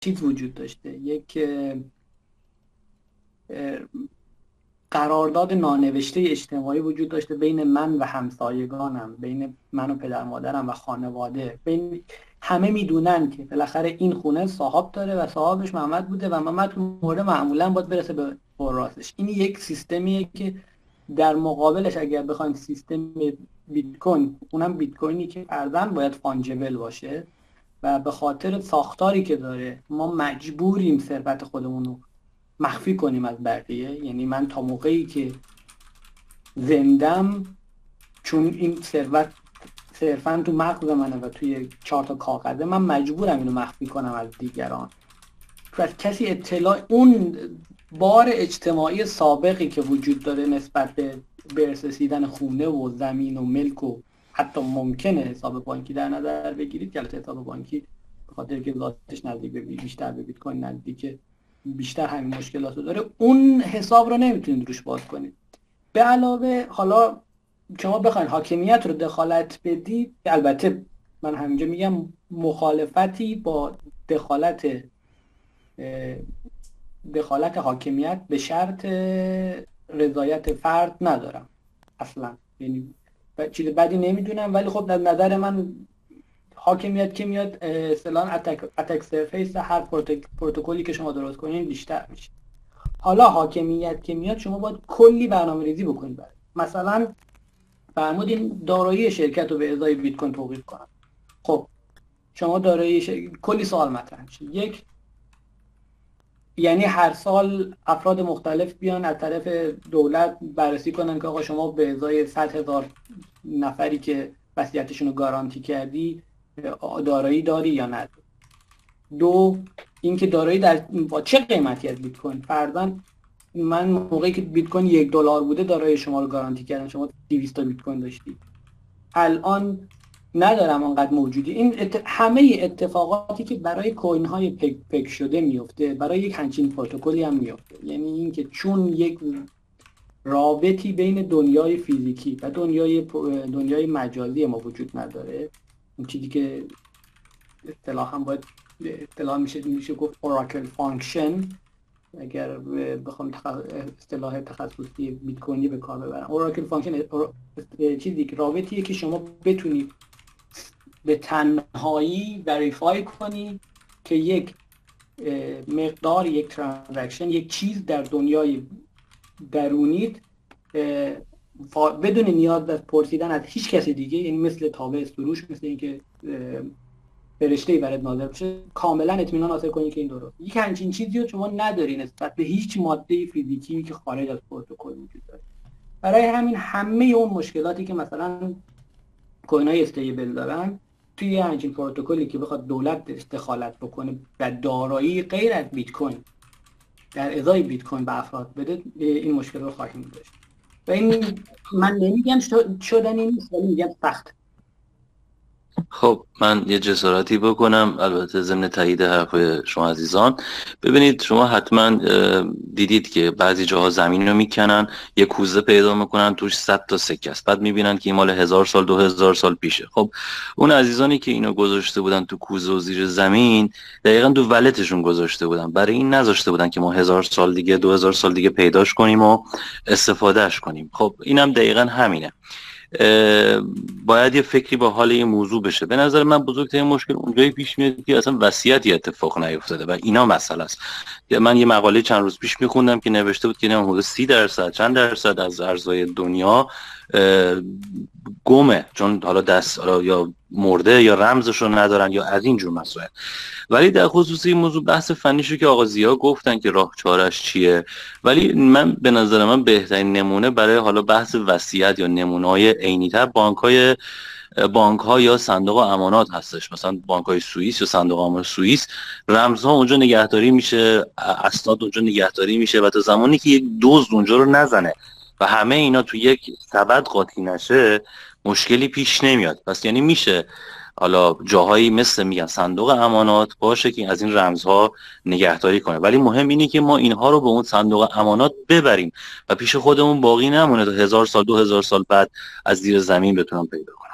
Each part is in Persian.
چیز وجود داشته، یک قرارداد نانوشته اجتماعی وجود داشته بین من و همسایگانم، بین من و پدر مادرم و خانواده. بین همه میدونن که بالاخره این خونه صاحب داره و صاحبش محمد بوده و محمد مورد معمولا باید برسه به وراثش. این یک سیستمیه که در مقابلش اگر بخوایم سیستم بیت کوین، اونم بیت کوینی که فرضاً باید فانجبل باشه و به خاطر ساختاری که داره ما مجبوریم ثروت خودمون رو مخفی کنیم از بقیه. یعنی من تا موقعی که زندم، چون این ثروت صرفا تو مغز منه و توی 4 تا کاغذه، من مجبورم اینو مخفی کنم از دیگران. پس کسی اطلاع اون بار اجتماعی سابقی که وجود داره نسبت به رسیدن خونه و زمین و ملک و حتی ممکنه حساب بانکی در نظر بگیرید، که البته حساب بانکی به خاطر که ذاتش نزدیک به بیشتر به بیت کوین نزدیکه، بیشتر همین مشکلات رو داره، اون حساب رو نمیتونید روش باز کنید. به علاوه حالا شما بخواید حاکمیت رو دخالت بدید، البته من همینجا میگم مخالفتی با دخالت حاکمیت به شرط رضایت فرد ندارم اصلا، یعنی چیز بدی نمیدونم، ولی خب در نظر من حاکمیت که میاد اصطلاحاً اتک سرفیس هر پروتکلی که شما درست کنین بیشتر میشه. حالا حاکمیت که میاد شما باید کلی برنامه‌ریزی بکنید برای مثلا فرمودین دارایی شرکت رو به ازای بیت کوین توقیف کنن. خب شما دارایی کلی سوال مطرح میشه. یک، یعنی هر سال افراد مختلف بیان از طرف دولت بررسی کنن که آقا شما به ازای 100,000 نفری که وصیتشون رو گارانتی کردی دارایی داری یا نه. دو، اینکه دارایی با چه قیمتی از بیت کوین. فرضاً من موقعی که بیت کوین $1 بوده دارایی شما رو گارانتی کردن، شما 200 تا بیت کوین داشتی. الان ندارم انقدر موجودی. این همه اتفاقاتی که برای کوین های پک شده میفته برای یک همچین پروتکلی هم میفته. یعنی اینکه چون یک رابطی بین دنیای فیزیکی و دنیای مجازی ما وجود نداره، اون چیزی که اصطلاحاً باید اصطلاح میشه گفت اوراکل فانکشن، اگر بخوام اصطلاح تخصصی بیت کوینی به کار ببرم. اوراکل فانکشن چیزی که رابطیه که شما بتونی به تنهایی وریفای کنی که یک مقدار، یک ترانزکشن، یک چیز در دنیای درونیت بدون نیاز به پرسیدن از هیچ کسی دیگه، یعنی مثل تابع سروش، مثل اینکه فرشته‌ای برات نازل بشه، کاملا اطمینان حاصل کنی که این درست. یک همچین چیزی رو شما نداری نسبت به هیچ ماده فیزیکی که خارج از پروتکل وجود داره. برای همین همه اون مشکلاتی که مثلا کوین‌های استیبل دارن توی همچین پروتکلی که بخواد دولت دخالت بکنه و دارایی غیر از بیت کوین در ازای بیت کوین به افراد بده، این مشکل رو خواهیم داشت. و این من نمیگم شدنی نیست، ولی میگم سخت. خب من یه جسارتی بکنم، البته ضمن تایید حرف شما عزیزان. ببینید شما حتما دیدید که بعضی جاها زمین رو میکنن، یه کوزه پیدا میکنن توش 100 تا سکه است، بعد میبینن که این مال 1000 سال 2000 سال پیشه. خب اون عزیزانی که اینو گذاشته بودن تو کوزه و زیر زمین، دقیقا تو ولتشون گذاشته بودن، برای این نذاشته بودن که ما 1000 سال دیگه 2000 سال دیگه پیداش کنیم و استفادهش کنیم. خب اینم دقیقا همینه. باید یه فکری با حال این موضوع بشه. به نظر من بزرگترین مشکل اونجایی پیش میاد که اصلا وصیتی اتفاق نیفتاده و اینا مسئله است. من یه مقاله چند روز پیش میخوندم که نوشته بود که حدود 30% چند درصد از ارزهای دنیا گمه، چون حالا یا مرده یا رمزش رو ندارن یا از این جور مسائل. ولی در خصوص این موضوع بحث فنیشو که آقا زیا گفتن که راه چارش چیه، ولی من به نظر من بهترین نمونه برای حالا بحث وصیت یا نمونه‌های عینی‌تر بانک ها یا صندوق امانات هستش. مثلا بانک های سوئیس یا صندوق امانات سوئیس، رمزها اونجا نگهداری میشه، اسناد اونجا نگهداری میشه و تا زمانی که یک دزد اونجا رو نزنه و همه اینا تو یک سبد قاطی نشه مشکلی پیش نمیاد. پس یعنی میشه حالا جاهایی مثل میگن صندوق امانات باشه که از این رمزها نگهداری کنه، ولی مهم اینه که ما اینها رو به اون صندوق امانات ببریم و پیش خودمون باقی نمونه تا 1000 سال 2000 سال بعد از زیر زمین بتونم پیدا کنم.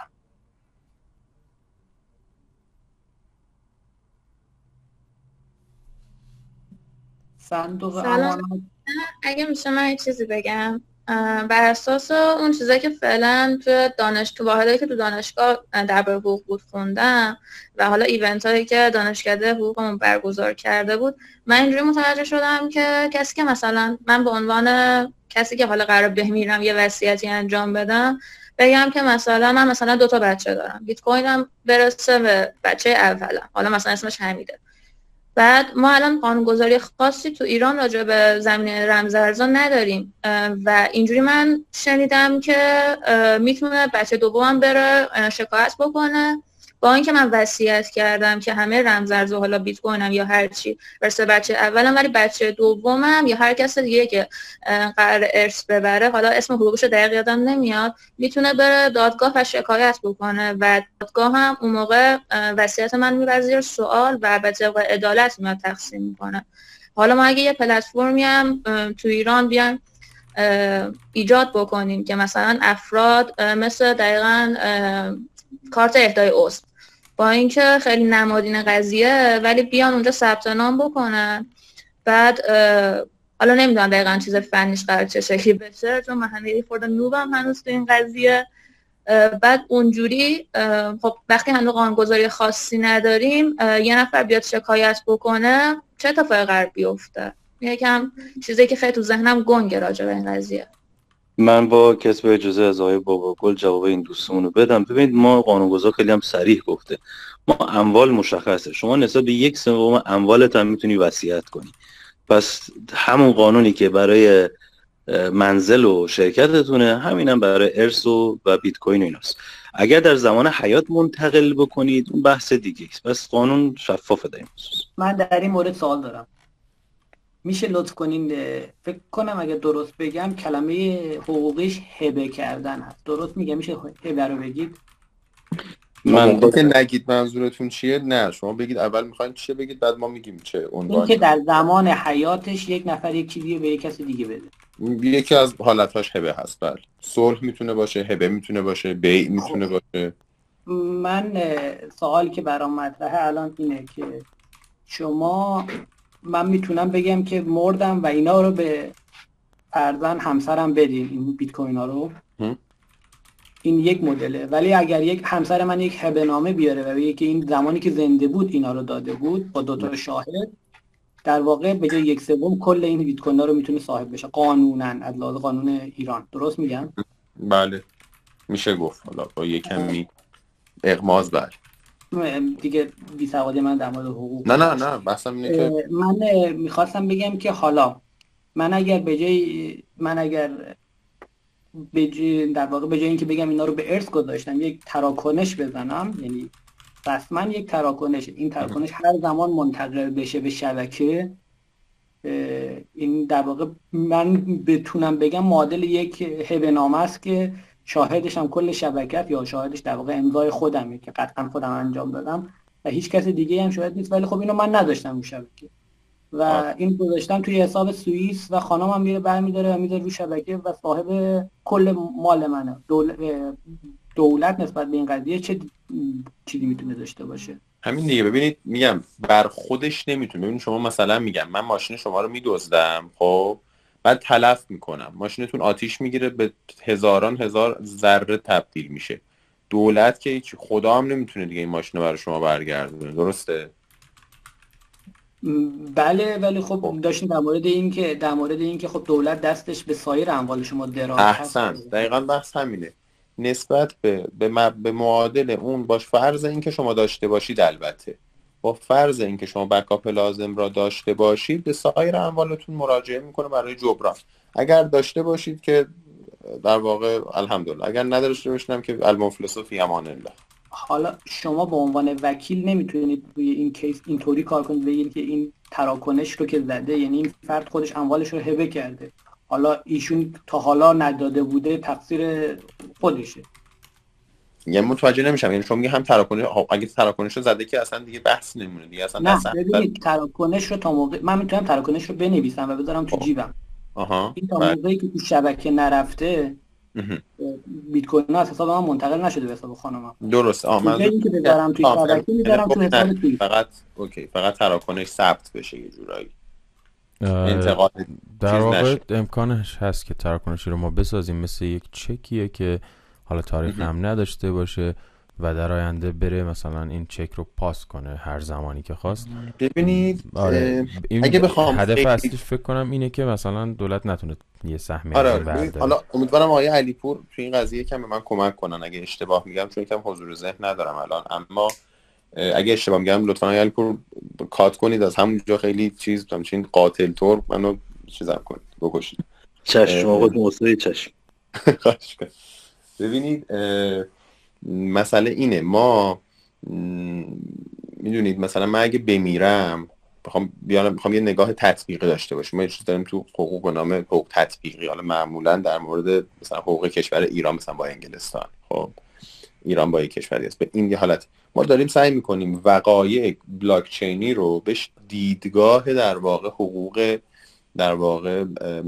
صندوق سلام. امانت. اگه میشه من یه چیزی بگم. بر اساس اون چیزایی که فعلا تو واحدایی که تو دانشگاه درباره حقوق بود خوندم و حالا ایونت هایی که دانشکده حقوقمون برگزار کرده بود، من اینجوری متوجه شدم که کسی که مثلا من به عنوان کسی که حالا قرار بمیرم یه وصیتی انجام بدم، بگم که مثلا من مثلا 2 تا بچه دارم، بیت کوینم برسه به بچه اولم، حالا مثلا اسمش حمیده. بعد ما الان قانونگذاری خاصی تو ایران راجع به زمینه رمزارزها نداریم و اینجوری من شنیدم که میتونه بچه دومم بره شکایت بکنه با اینکه من وصیت کردم که همه رمزارزها، حالا بیت کوینم یا هر چی، برسه بچه اولم، ولی بچه دومم یا هر کس دیگه که قرار ارث ببره، حالا اسم حقوقش رو دقیق یادم نمیاد، میتونه بره دادگاه و شکایت بکنه و دادگاه هم اون موقع وصیت من میبره زیر سوال و به طبق عدالت میاد تقسیم میکنه. حالا ما اگه یه پلتفرمی هم تو ایران بیان ایجاد بکنیم که مثلا افراد مثل دقیقاً کارت اهدای عضو، با اینکه خیلی نمادین قضیه، ولی بیان اونجا ثبت نام بکنن، بعد حالا نمیدونم دقیقاً چیز فنیش قرار چه شکلی بشه، چون من هنوز خورده نوبم هنوز تو این قضیه. بعد اونجوری خب وقتی هنوز قانونگذاری خاصی نداریم، یه نفر بیاد شکایت بکنه، چه اتفاقی قرار بیفته؟ یکم چیزی که خیلی تو ذهنم گنگه راجع به این قضیه. من با کسب اجازه از آقای بابا گل جواب این دوستمون رو بدم. ببینید، ما قانونگذار خیلی هم صریح گفته ما اموال مشخصه، شما نسبت به 1/3 اموالت هم میتونی وصیت کنی. پس همون قانونی که برای منزل و شرکتتونه، همینم برای ارث و بیت کوین و ایناست. اگر در زمان حیات منتقل بکنید اون بحث دیگه است. پس قانون شفافه در این خصوص. من در این مورد سوال دارم، میشه لطف کنین فکر کنم اگه درست بگم کلمه حقوقیش هبه کردن هست، درست میگم؟ میشه هبه رو بگید؟ من که نگید منظورتون چیه. نه شما بگید اول میخواین چیه بگید، بعد ما میگیم چه عنوانی. این که در زمان حیاتش یک نفر یک چیزی به یک کسی دیگه بده. یکی از حالتاش هبه هست. بله، صلح میتونه باشه، هبه میتونه باشه، بیع میتونه باشه. من سوالی که برام مطرحه الان اینه که من میتونم بگم که مردم و اینا رو به فرزند همسرم بدین، این بیت کوین ها رو. این یک مدله. ولی اگر یک همسر من یک هبه نامه بیاره و بگه که این زمانی که زنده بود اینا رو داده بود با 2 تا شاهد، در واقع به جای 1/3 کل این بیت کوین ها رو میتونه صاحب بشه قانونا، از لحاظ قانون ایران. درست میگم؟ بله میشه گفت، حالا با یک کمی اغماض. بله دیگه بی‌سوادی من در مورد حقوق. نه بحثم اینه که من میخواستم بگم که حالا من اگر در واقع به جای اینکه بگم اینا رو به ارث گذاشتم، یک تراکنش بزنم، یعنی رسما یک تراکنش، این تراکنش هر زمان منتقل بشه به شبکه، این در واقع من بتونم بگم معادل یک هبه نامه است که شاهدش هم کل شبکت، یا شاهدش در واقع امضای خودمه که قطعا خودم انجام دادم و هیچ کس دیگه هم شاهد نیست، ولی خب اینو من نداشتم اون شبکه و این گذاشتم توی حساب سوئیس و خانمم میره برمی‌داره و میذاره رو شبکه و صاحب کل مال منه. دولت نسبت به این قضیه چه چیزی میتونه داشته باشه؟ همین دیگه. ببینید میگم بر خودش نمیتونه. ببینید شما مثلا میگم من ماشین شما رو میدزدم، خب بعد تلف میکنم، ماشینتون آتیش میگیره، به هزاران هزار ذره تبدیل میشه. دولت که هیچ، خدا هم نمیتونه دیگه این ماشین رو برای شما برگردونه. درسته؟ بله، ولی خب داشتیم در مورد این که خب دولت دستش به سایر اموال شما دراز هست. احسن، دقیقاً بحث همینه. نسبت به معادل اون باش، فرض این که شما داشته باشید، البته با فرض این که شما بکاپ لازم را داشته باشید، به سایر اموالتون مراجعه میکنه برای جبران. اگر داشته باشید که در واقع الحمدلله، اگر نداشته باشید که المفلس فی امان الله. حالا شما به عنوان وکیل نمیتونید روی این کیس اینطوری کار کنید بگید که این تراکنش رو که زده، یعنی این فرد خودش اموالش رو هبه کرده، حالا ایشون تا حالا نداده بوده، تقصیر خودشه. یعنی متوجه نمیشم. یعنی شما میگه هم تراکنش، اگه تراکنش رو زده که اصلا دیگه بحث نمونه دیگه، اصلا نه ببینید تراکنش رو تا موقع من میتونم تراکنش رو بنویسم و بذارم تو جیبم. این تا موقعی که تو شبکه نرفته، بیت کوین از حساب من منتقل نشده به حساب خانمم. درست. منظورم که بذارم توی شبکه میذارم تو حساب توی. فقط اوکی، فقط تراکنش ثبت بشه یه جورایی. انتقال در چیز واقع نشه. امکانش هست که تراکنشی رو ما بسازیم مثل یک چکیه که حالا تاریخ هم نداشته باشه و در آینده بره مثلا این چک رو پاس کنه هر زمانی که خواست. ببینید آره این اگه بخوام هدف خیلی اصلیش فکر کنم اینه که مثلا دولت نتونه یه سهمی از آره این ببینید، برداره. حالا امیدوارم آقای علیپور تو این قضیه کم به من کمک کنن اگه اشتباه میگم، چون یکم حضور ذهن ندارم الان، اما اگه اشتباه میگم لطفا آقای علیپور کات کنید از همونجا، خیلی چیز همچین قاتل طور منو چیزام کنید، بکشید. چشم آقا دوستای چشم. خواهش کنم. ببینید مسئله اینه، ما میدونید مثلا من اگه بمیرم میخوام یه نگاه تطبیقی داشته باشیم. ما یه چیز داریم تو حقوق به نام حقوق تطبیقی، حالا معمولا در مورد مثلا حقوق کشور ایران مثلا با انگلستان، خب ایران با یک کشوری است، به این حالت ما داریم سعی میکنیم وقایع بلاک چینی رو بهش دیدگاه در واقع حقوق در واقع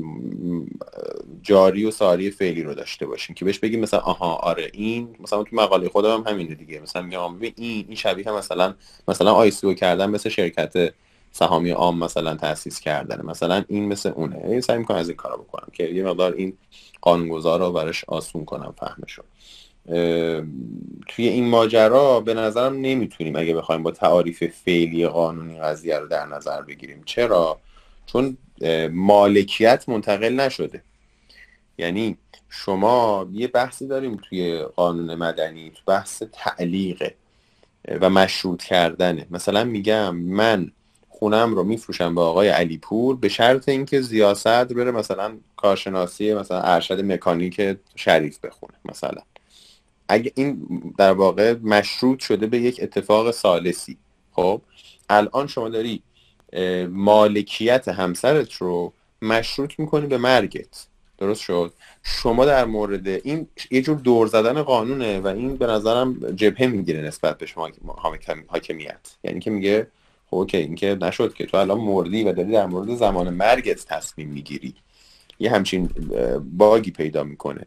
جاری و ساری فعلی رو داشته باشیم که بهش بگیم مثلا آها آره این مثلا تو مقاله خودم هم همینه دیگه، مثلا میگم این شبیه مثلا آیسیو کردن، مثل شرکت سهامی عام مثلا تأسیس کردن، مثلا این مثل اونه. این سعی میکنم از این کارا بکنم که یه مقدار این قانونگذار رو براش آسون کنم فهمشو. توی این ماجرا به نظرم نمیتونیم اگه بخوایم با تعاریف فعلی قانونی قضیه رو در نظر بگیریم. چرا؟ چون مالکیت منتقل نشده. یعنی شما یه بحثی داریم توی قانون مدنی، تو بحث تعلیقه و مشروط کردنه. مثلا میگم من خونم رو میفروشم به آقای علیپور به شرط اینکه ضیاءصدر بره مثلا کارشناسی مثلا ارشد مکانیک شریف بخونه مثلا. اگه این در واقع مشروط شده به یک اتفاق ثالثی، خب الان شما داری مالکیت همسرت رو مشروط میکنی به مرگت، درست شد؟ شما در مورد این یه جور دور زدن قانونه و این به نظرم جبهه میگیره نسبت به شما حاکمیت. یعنی که میگه خب اوکی این که نشد که تو الان مردی و داری در مورد زمان مرگت تصمیم میگیری. یه همچین باگی پیدا میکنه.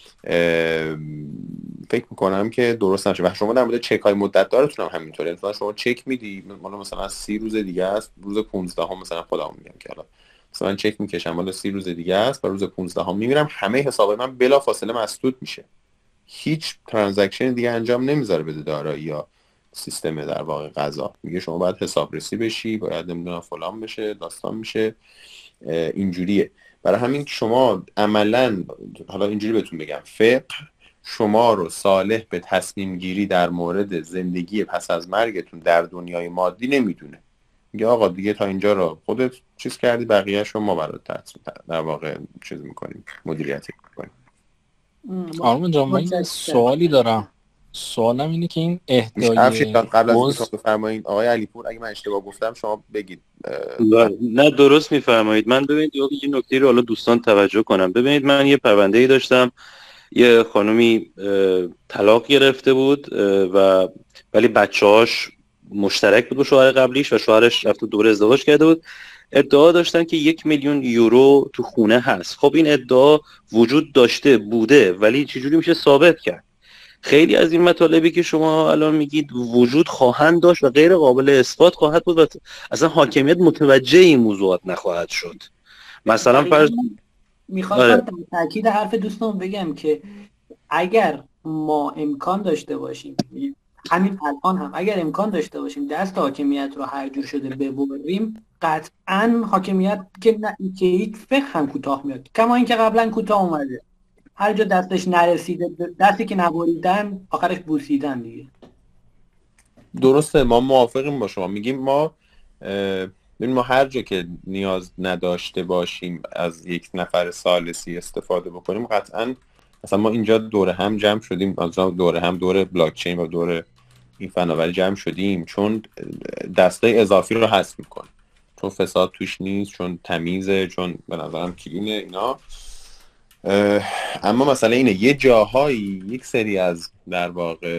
فکر میکنم که درست نشه. و شما در مورد چک های مدت دارتون هم همینطوره. مثلا شما چک میدی مثلا 30 روز دیگه است، روز 15 هم مثلا خودم میگم که حالا مثلا چک میکشم حالا 30 روز دیگه است و روز 15 هم میمیرم، همه حساب من بلا فاصله مسدود میشه. هیچ ترانزکشن دیگه انجام نمیذاره بده دارایی یا سیستم در واقع قضا. میگه شما باید حسابرسی بشی، باید نمیدونم فلان بشه، داستان میشه، اینجوریه. برای همین شما عملاً، حالا اینجوری بهتون بگم، فقه شما رو صالح به تصمیم گیری در مورد زندگی پس از مرگتون در دنیای مادی نمیدونه. میگه آقا دیگه تا اینجا رو خودت چیز کردی، بقیه شما برات در واقع چیز میکنیم، مدیریت میکنیم. آرمان جان من یه سوالی دارم. سوالم اینه که این افشین اهدای قبل از اینکه بفرمایید آقای علیپور، اگه من اشتباه گفتم شما بگید. نه درست میفرمایید. من ببینید یه نکته رو حالا دوستان توجه کنم. ببینید من یه پرونده‌ای داشتم، یه خانومی طلاق گرفته بود و ولی بچه‌هاش مشترک بود با شوهر قبلیش و شوهرش رفت دوباره ازدواج کرده بود. ادعا داشتن که 1 میلیون یورو تو خونه هست. خب این ادعا وجود داشته بوده ولی چجوری میشه ثابت کرد؟ خیلی از این مطالبی که شما الان میگید وجود خواهند داشت و غیر قابل اثبات خواهد بود و اصلا حاکمیت متوجه این موضوعات نخواهد شد. مثلا فرض میخواستم تاکید حرف دوستان بگم که اگر ما امکان داشته باشیم، همین الان هم اگر امکان داشته باشیم دست حاکمیت رو هر جور شده ببریم، قطعا حاکمیت که هیچ فقه هم کوتاه میاد، کما اینکه قبلا کوتاه اومده. هر جا دستش نرسیده، دستی که نبریدن آخرش بوسیدن دیگه. درسته، ما موافقیم با شما. میگیم ما ما هر جا که نیاز نداشته باشیم از یک نفر ثالثی استفاده بکنیم، قطعا مثلا ما اینجا دور هم جمع شدیم، دور بلاک چین و دور این فناوری جمع شدیم چون دستای اضافی رو حذف میکنه، چون فساد توش نیست، چون تمیزه، چون به نظرم کلینه اینا. اما مثلا اینه یه جاهایی یک سری از در واقع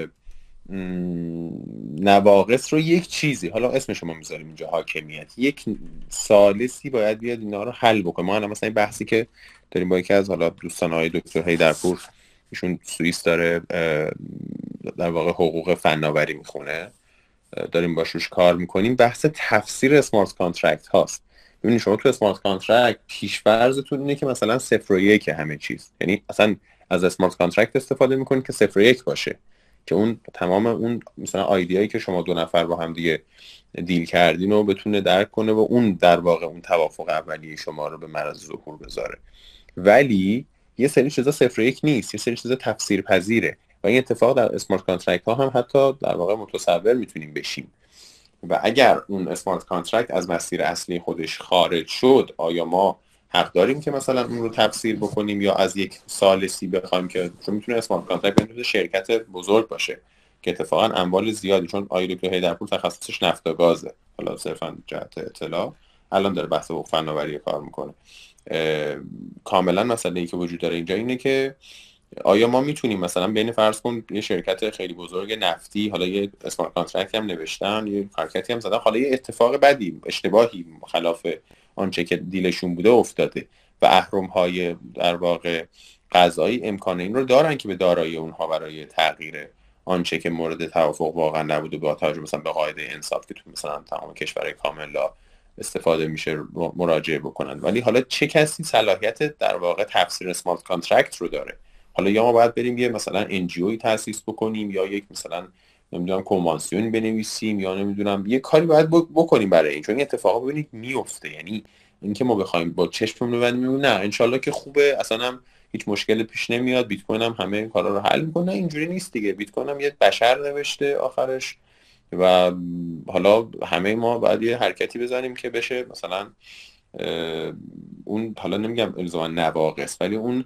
نواقص رو یک چیزی، حالا اسمش ما میذاریم اینجا حاکمیت، یک ثالثی باید بیاد اینا رو حل بکنه. ما الان مثلا این بحثی که داریم با یکی از حالا دوستان های دکتر هیدرپور، ایشون سوئیس داره در واقع حقوق فناوری میخونه، داریم باش روش کار میکنیم، بحث تفسیر اسمارت کانترکت هاست. ببینید شما تو اسمارت کانترکت پیش‌فرضتون اینه که مثلا 0 و 1 همه چیز، یعنی اصلا از اسمارت کانترکت استفاده میکنید که 0 و 1 باشه، که اون تمام اون مثلا آیدیایی که شما دو نفر با هم دیگه دیل کردین رو بتونه درک کنه و اون در واقع اون توافق اولیه شما رو به معرض ظهور بذاره. ولی یه سری چیزا 0 و 1 نیست، یه سری چیزا تفسیر پذیره و این اتفاق در اسمارت کانترکت ها هم حتی در واقع متصور میتونیم بشیم. و اگر اون اسمارت کانترکت از مسیر اصلی خودش خارج شد، آیا ما حق داریم که مثلا اون رو تفسیر بکنیم یا از یک ثالثی بخوایم که چون میتونه اسمارت کانترکت بین شرکت بزرگ باشه که اتفاقا اموال زیادی، چون آقای دکتر حیدرپور تخصصش نفت و گازه، حالا صرفا جهت اطلاع الان داره بحث حقوق فناوری کار میکنه. کاملا مسئله‌ای که وجود داره اینجا اینه که آیا ما میتونیم مثلا بین فرض کن یه شرکت خیلی بزرگ نفتی، حالا یه اسمارت کانترکت هم نوشتن، یه حرکتی هم زدن، حالا یه اتفاق بدی، اشتباهی خلاف آنچه که دیلشون بوده افتاده و اهرم‌های در واقع قضایی امکان این رو دارن که به دارایی اونها برای تغییر آنچه که مورد توافق واقعا نبوده با توجه مثلا به قاعده انصاف که تو مثلا تمام کشورهای کاملا استفاده میشه مراجعه بکنن. ولی حالا چه کسی صلاحیت در واقع تفسیر اسمارت کانترکت رو داره؟ حالا یا ما باید بریم یه مثلا NGOی تأسیس بکنیم یا یک مثلا نمیدونم کنوانسیونی بنویسیم یا نمیدونم یه کاری باید بکنیم برای این، چون این اتفاقا ببینید میفته. یعنی اینکه ما بخوایم با چشممون رو ببندیم نه انشالله که خوبه اصلا هم هیچ مشکلی پیش نمیاد، بیت کوین هم همه این کارا رو حل میکنه، اینجوری نیست دیگه. بیت کوین هم یه بشر نوشته آخرش و حالا همه ما باید یه حرکتی بزنیم که بشه مثلا اون، حالا نمیگم الزاما نواقص، ولی اون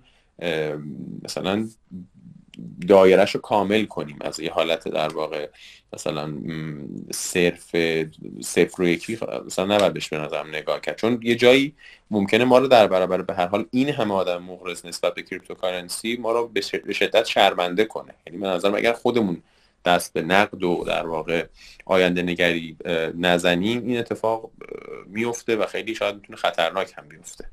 مثلا دایره‌شو کامل کنیم از یه حالت در واقع مثلا صرف 0 و 1 مثلا نباید بهش به نظرم نگاه کرد، چون یه جایی ممکنه ما رو در برابر به هر حال این همه آدم مغرض نسبت به کریپتوکارنسی ما رو به شدت شرمنده کنه. یعنی من نظرم اگر خودمون دست به نقد و در واقع آینده نگری نزنیم این اتفاق میفته و خیلی شاید میتونه خطرناک هم بیفته.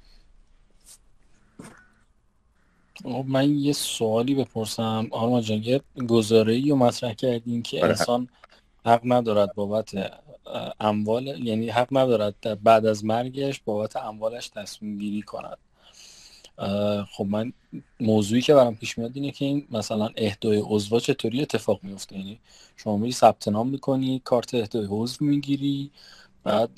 من یه سوالی بپرسم آرمان جان، یه گزاره‌ای رو مطرح کردین که انسان حق ندارد بابت اموال، یعنی حق ندارد بعد از مرگش بابت اموالش تصمیم گیری کند. خب من موضوعی که برام پیش میاد اینه که این مثلا اهدای عضو چطوری اتفاق میفته؟ یعنی شما میری ثبت نام میکنی، کارت اهدای عضو میگیری، بعد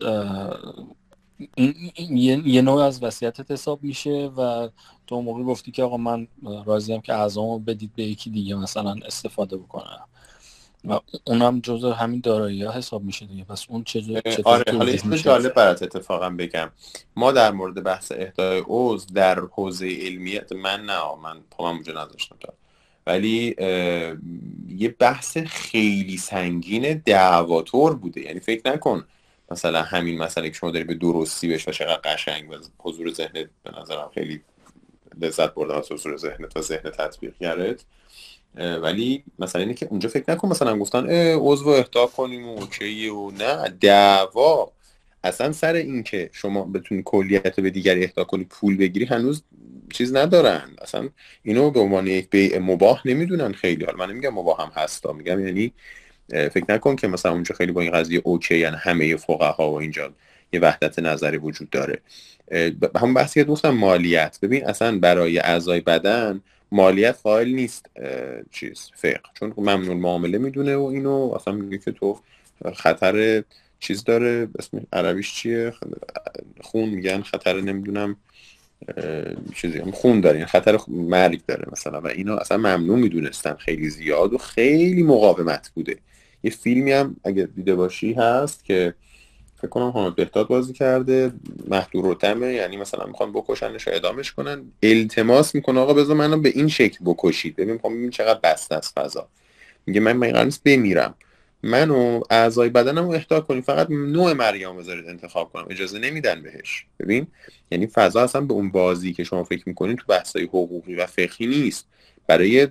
این یه نوع از وصیتت حساب میشه و تو موقع گفتی که آقا من راضیم که اعضامو بدید به یکی دیگه مثلا استفاده بکنم و اونم جزء همین دارایی‌ها حساب میشه دیگه. پس اون چطور آره حالا یه جالب برات اتفاقا بگم، ما در مورد بحث اهدای عضو در حوزه علمیت من پامم اونجا نذاشتم تا، ولی یه بحث خیلی سنگین دعواتور بوده. یعنی فکر نکن مثلا همین مسئله که شما داری به درستی بهش و چقدر قشنگ و حضور ذهنت به نظرم خیلی لذت بردم از حضور ذهنت و ذهن تطبیقگرت، ولی مثلا اینه که اونجا فکر نکن مثلا گفتن عضو اهدا کنیم و اوکیه و نه، دعوا اصلا سر این که شما بتونی کلیت به دیگری اهدا کنی پول بگیری هنوز چیز ندارن. اصلا اینو به عنوان یک بیع مباح نمیدونن خیلی. حالا من نمیگم مباح هم هستا، میگم یعنی فکر نکن که مثلا اونجا خیلی با این قضیه اوکی، یعنی همه فقها و اینجا یه وحدت نظری وجود داره. همون بحثی که گفتم مالیت، ببین اصلا برای اعضای بدن مالیت قائل نیست چیز فقه، چون ممنوع معامله میدونه و اینو اصلا میگه که تو خطر چیز داره، اسم عربیش چیه، خون میگن، خطر نمیدونم چیزی هم خون داره، خطر مرگ داره مثلا، و اینو اصلا ممنوع میدونستن خیلی زیاد و خیلی مقاومت بوده. یه فیلمی هم اگه دیده باشی هست که فکر کنم حامد بهداد بازی کرده، مهدور رتمه، یعنی مثلا میخوان بکشنش و اعدامش کنن، التماس میکنه آقا بذار منو به این شکل بکشید، ببین چقدر بسته است فضا. میگه من قرار نیست بمیرم، منو اعضای بدنمو اهدا کنید، فقط نوع مریم بذارید انتخاب کنم، اجازه نمیدن بهش. ببین یعنی فضا اصلا به اون بازی که شما فکر میکنید تو بحثای حقوقی و فقهی نیست. برای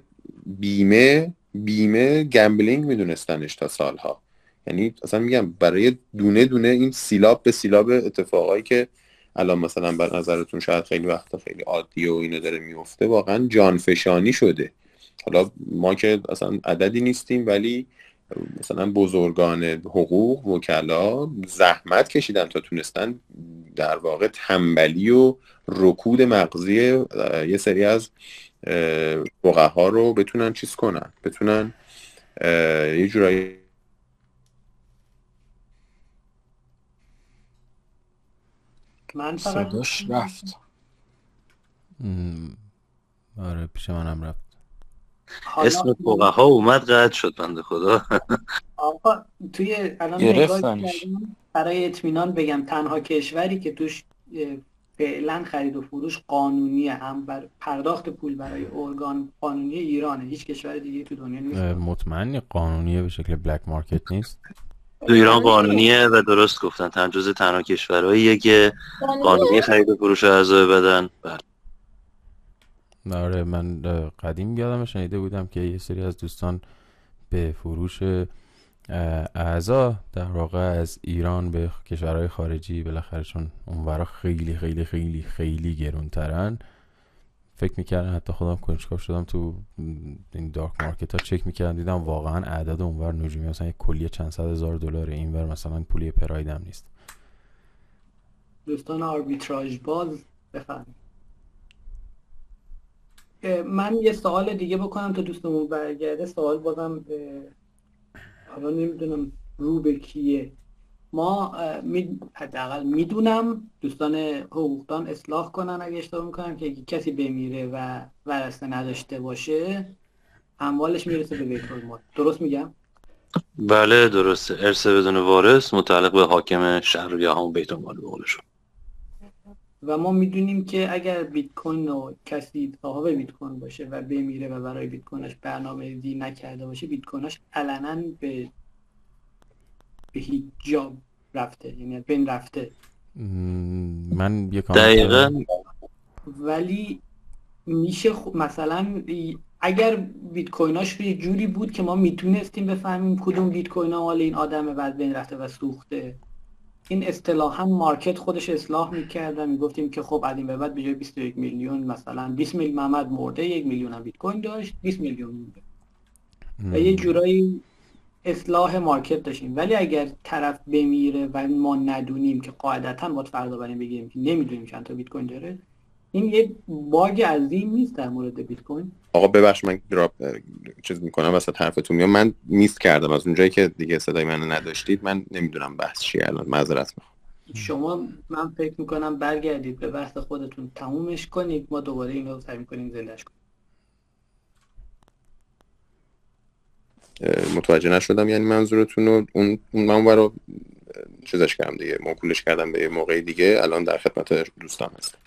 بیمه گمبلینگ میدونستنش تا سالها. یعنی اصلا میگم برای دونه دونه این سیلاب به سیلاب اتفاقایی که الان مثلا بر نظرتون شاید خیلی وقتا خیلی عادیه و اینو داره میفته، واقعا جانفشانی شده. حالا ما که اصلا عددی نیستیم، ولی مثلا بزرگان حقوق، وکلا زحمت کشیدن تا تونستن در واقع تنبلی و رکود مغزی یه سری از فقها رو بتونن چیز کنن، بتونن یه جورایی من فقط صداش رفت. آره پیش منم رفت. اسم فقها اومد قطع شد بنده خدا. آقا توی الان نگاه گرفتنش. کردم برای اطمینان بگم تنها کشوری که توش فعلا خرید و فروش قانونیه، هم بر پرداخت پول برای ارگان قانونی ایرانه، هیچ کشور دیگه تو دنیا نیست. مطمئنی قانونیه به شکل بلک مارکت نیست؟ تو ایران قانونیه و درست گفتن جز تنها کشورهاییه که قانونی خرید و فروش اعضای بدن. بله. آره من قدیم یادم شنیده بودم که یه سری از دوستان به فروش اعضا در واقع از ایران به کشورهای خارجی، بالاخره چون اونورا خیلی خیلی خیلی خیلی گرونترن، فکر میکردن، حتی خودم کنجکاو شدم تو این دارک مارکت ها چک میکردم، دیدم واقعا اعداد اونور نجومی، مثلا یک کلیه چند صد هزار دلاره، اینور مثلا پولی پراید هم نیست. دوستان آربیتراژ باز بفرمایید. من یه سوال دیگه بکنم تا دوستمون برگرده. سوال بازم حالا نمیدونم رو به کیه. ما حداقل میدونم دوستان حقوقدان اصلاح کنن اگه اشتباه میکنم که کسی بمیره و ورثه نداشته باشه اموالش میرسه به بیت المال. درست میگم؟ بله درسته. ارث بدون وارث متعلق به حاکم شهر یا همون بیت المال به قولشون. و ما میدونیم که اگر بیت کوین رو کسی صاحب بیت کوین باشه و بمیره و برای بیت کوینش برنامه‌ریزی نکرده باشه، بیت کوینش علنا به هیچ جا رفته، یعنی بین رفته. من یک دقیقاً. ولی میشه مثلا اگر بیت کویناش یه جوری بود که ما میتونستیم بفهمیم کدوم بیت کوین مال این آدمه بعد بین رفته و سوخته، این اصطلاحاً مارکت خودش اصلاح میکرد و میگفتیم که خب از این به بعد به جای 21 میلیون مثلا 20 میلیون محمد مرده، 1 میلیون هم بیت کوین داشت، 20 میلیون مونده و یه جورایی اصلاح مارکت داشتیم. ولی اگر طرف بمیره و ما ندونیم که قاعدتاً باید فرض بر این بگیریم که نمیدونیم چند تا بیت کوین داره، این یه باگ عظیم نیست در مورد بیت کوین؟ آقا ببخش من چیز میکنم وسط حرفتون میام، من میس کردم از اونجایی که دیگه صدای منو نداشتید، من نمیدونم بحث چیه الان، معذرت میخوام. شما من فکر میکنم برگردید به بحث خودتون تمومش کنید، ما دوباره این رو سعی میکنیم زندهش کنیم. متوجه نشدم یعنی منظورتون رو. اون من رو چیزش کردم دیگه، موکولش کردم به موقع دیگه، الان در خدمت دوستان هستم.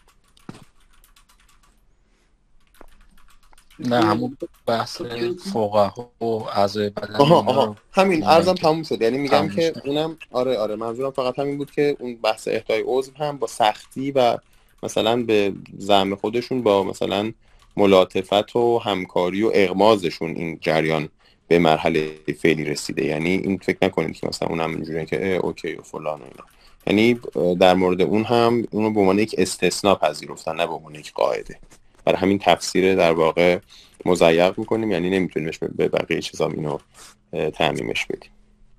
نه همون بحث فقها و اعضای بدن. آها همین عرضم تموم شد. یعنی میگم که شد. اونم آره منظورم فقط همین بود که اون بحث اهدای عضو هم با سختی و مثلا به زعم خودشون با مثلا ملاطفت و همکاری و اغمازشون این جریان به مرحله فعلی رسیده. یعنی این فکر نکنید که مثلا اونم اینجوریه که اوکی و فلان و اینا. یعنی در مورد اون هم اونو به عنوان یک استثناء پذیرفتن، نه به عنوان یک قاعده. برای همین تفسیر در واقع مضیق میکنیم، یعنی نمیتونیم به بقیه چیزا اینو تعمیمش بدیم.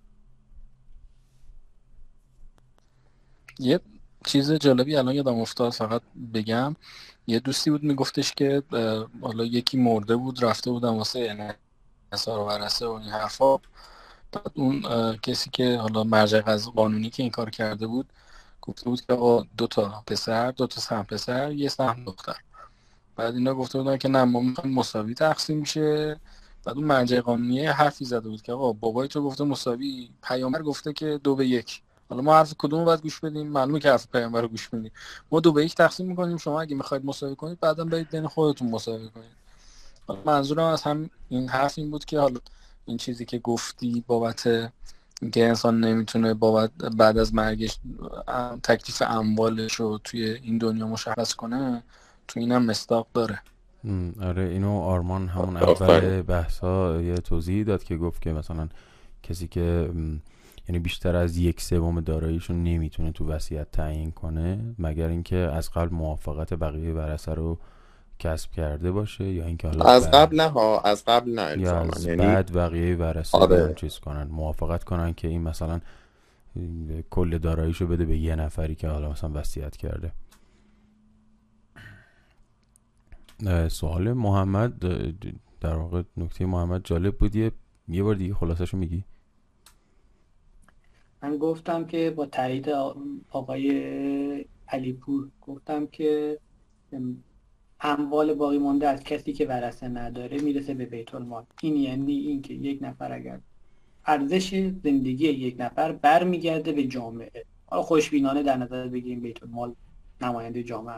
یه چیز جالبی الان یادم افتاد فقط بگم. یه دوستی بود میگفتش که حالا یکی مرده بود رفته بودن واسه انحصار و ورثه و این حرفا، بعد اون کسی که حالا مرجع قانونی که این کار کرده بود گفته بود که آقا 2 تا پسر، 2 تا سهم پسر، 1 سهم دختر. بعد اینا گفته بودن که نه ما میخوایم مساوی تقسیم شه. بعد اون مرجع قانونی حرفی زده بود که آقا بابای تو گفته مساوی، پیامبر گفته که 2-1. حالا ما حرف کدومو باید گوش بدیم؟ معلومه که حرف پیامبر رو گوش بدیم. ما 2-1 تقسیم میکنیم، شما اگه میخواید مساوی کنید بعداً برید بین خودتون مساوی کنید. منظورم از هم این حرف این بود که حالا این چیزی که گفتی بابت اینکه انسان نمیتونه بعد از مرگش تکلیف اموالش رو توی این دنیا مشخص کنه، تو اینم مصداق داره. آره اینو آرمان همون اول بحثا یه توضیح داد که گفت که مثلا کسی که یعنی بیشتر از 1/3 داراییشو نمیتونه تو وصیت تعیین کنه مگر اینکه از قبل موافقت بقیه ورثه رو کسب کرده باشه، یا اینکه حالا از قبل نه یا از بعد بقیه ورثه چیز کنن، موافقت کنن که این مثلا کل داراییشو بده به یه نفری که حالا مثلا وصیت کرده. سوال محمد در واقع نکته محمد جالب بود، یه بار دیگه خلاصشو میگی؟ من گفتم که با تایید آقای علیپور گفتم که اموال باقی مانده از کسی که ورثه نداره میرسه به بیت المال. این یعنی این که یک نفر اگر ارزش زندگی یک نفر برمیگرده به جامعه، حالا خوشبینانه در نظر بگیریم بیت المال نماینده جامعه.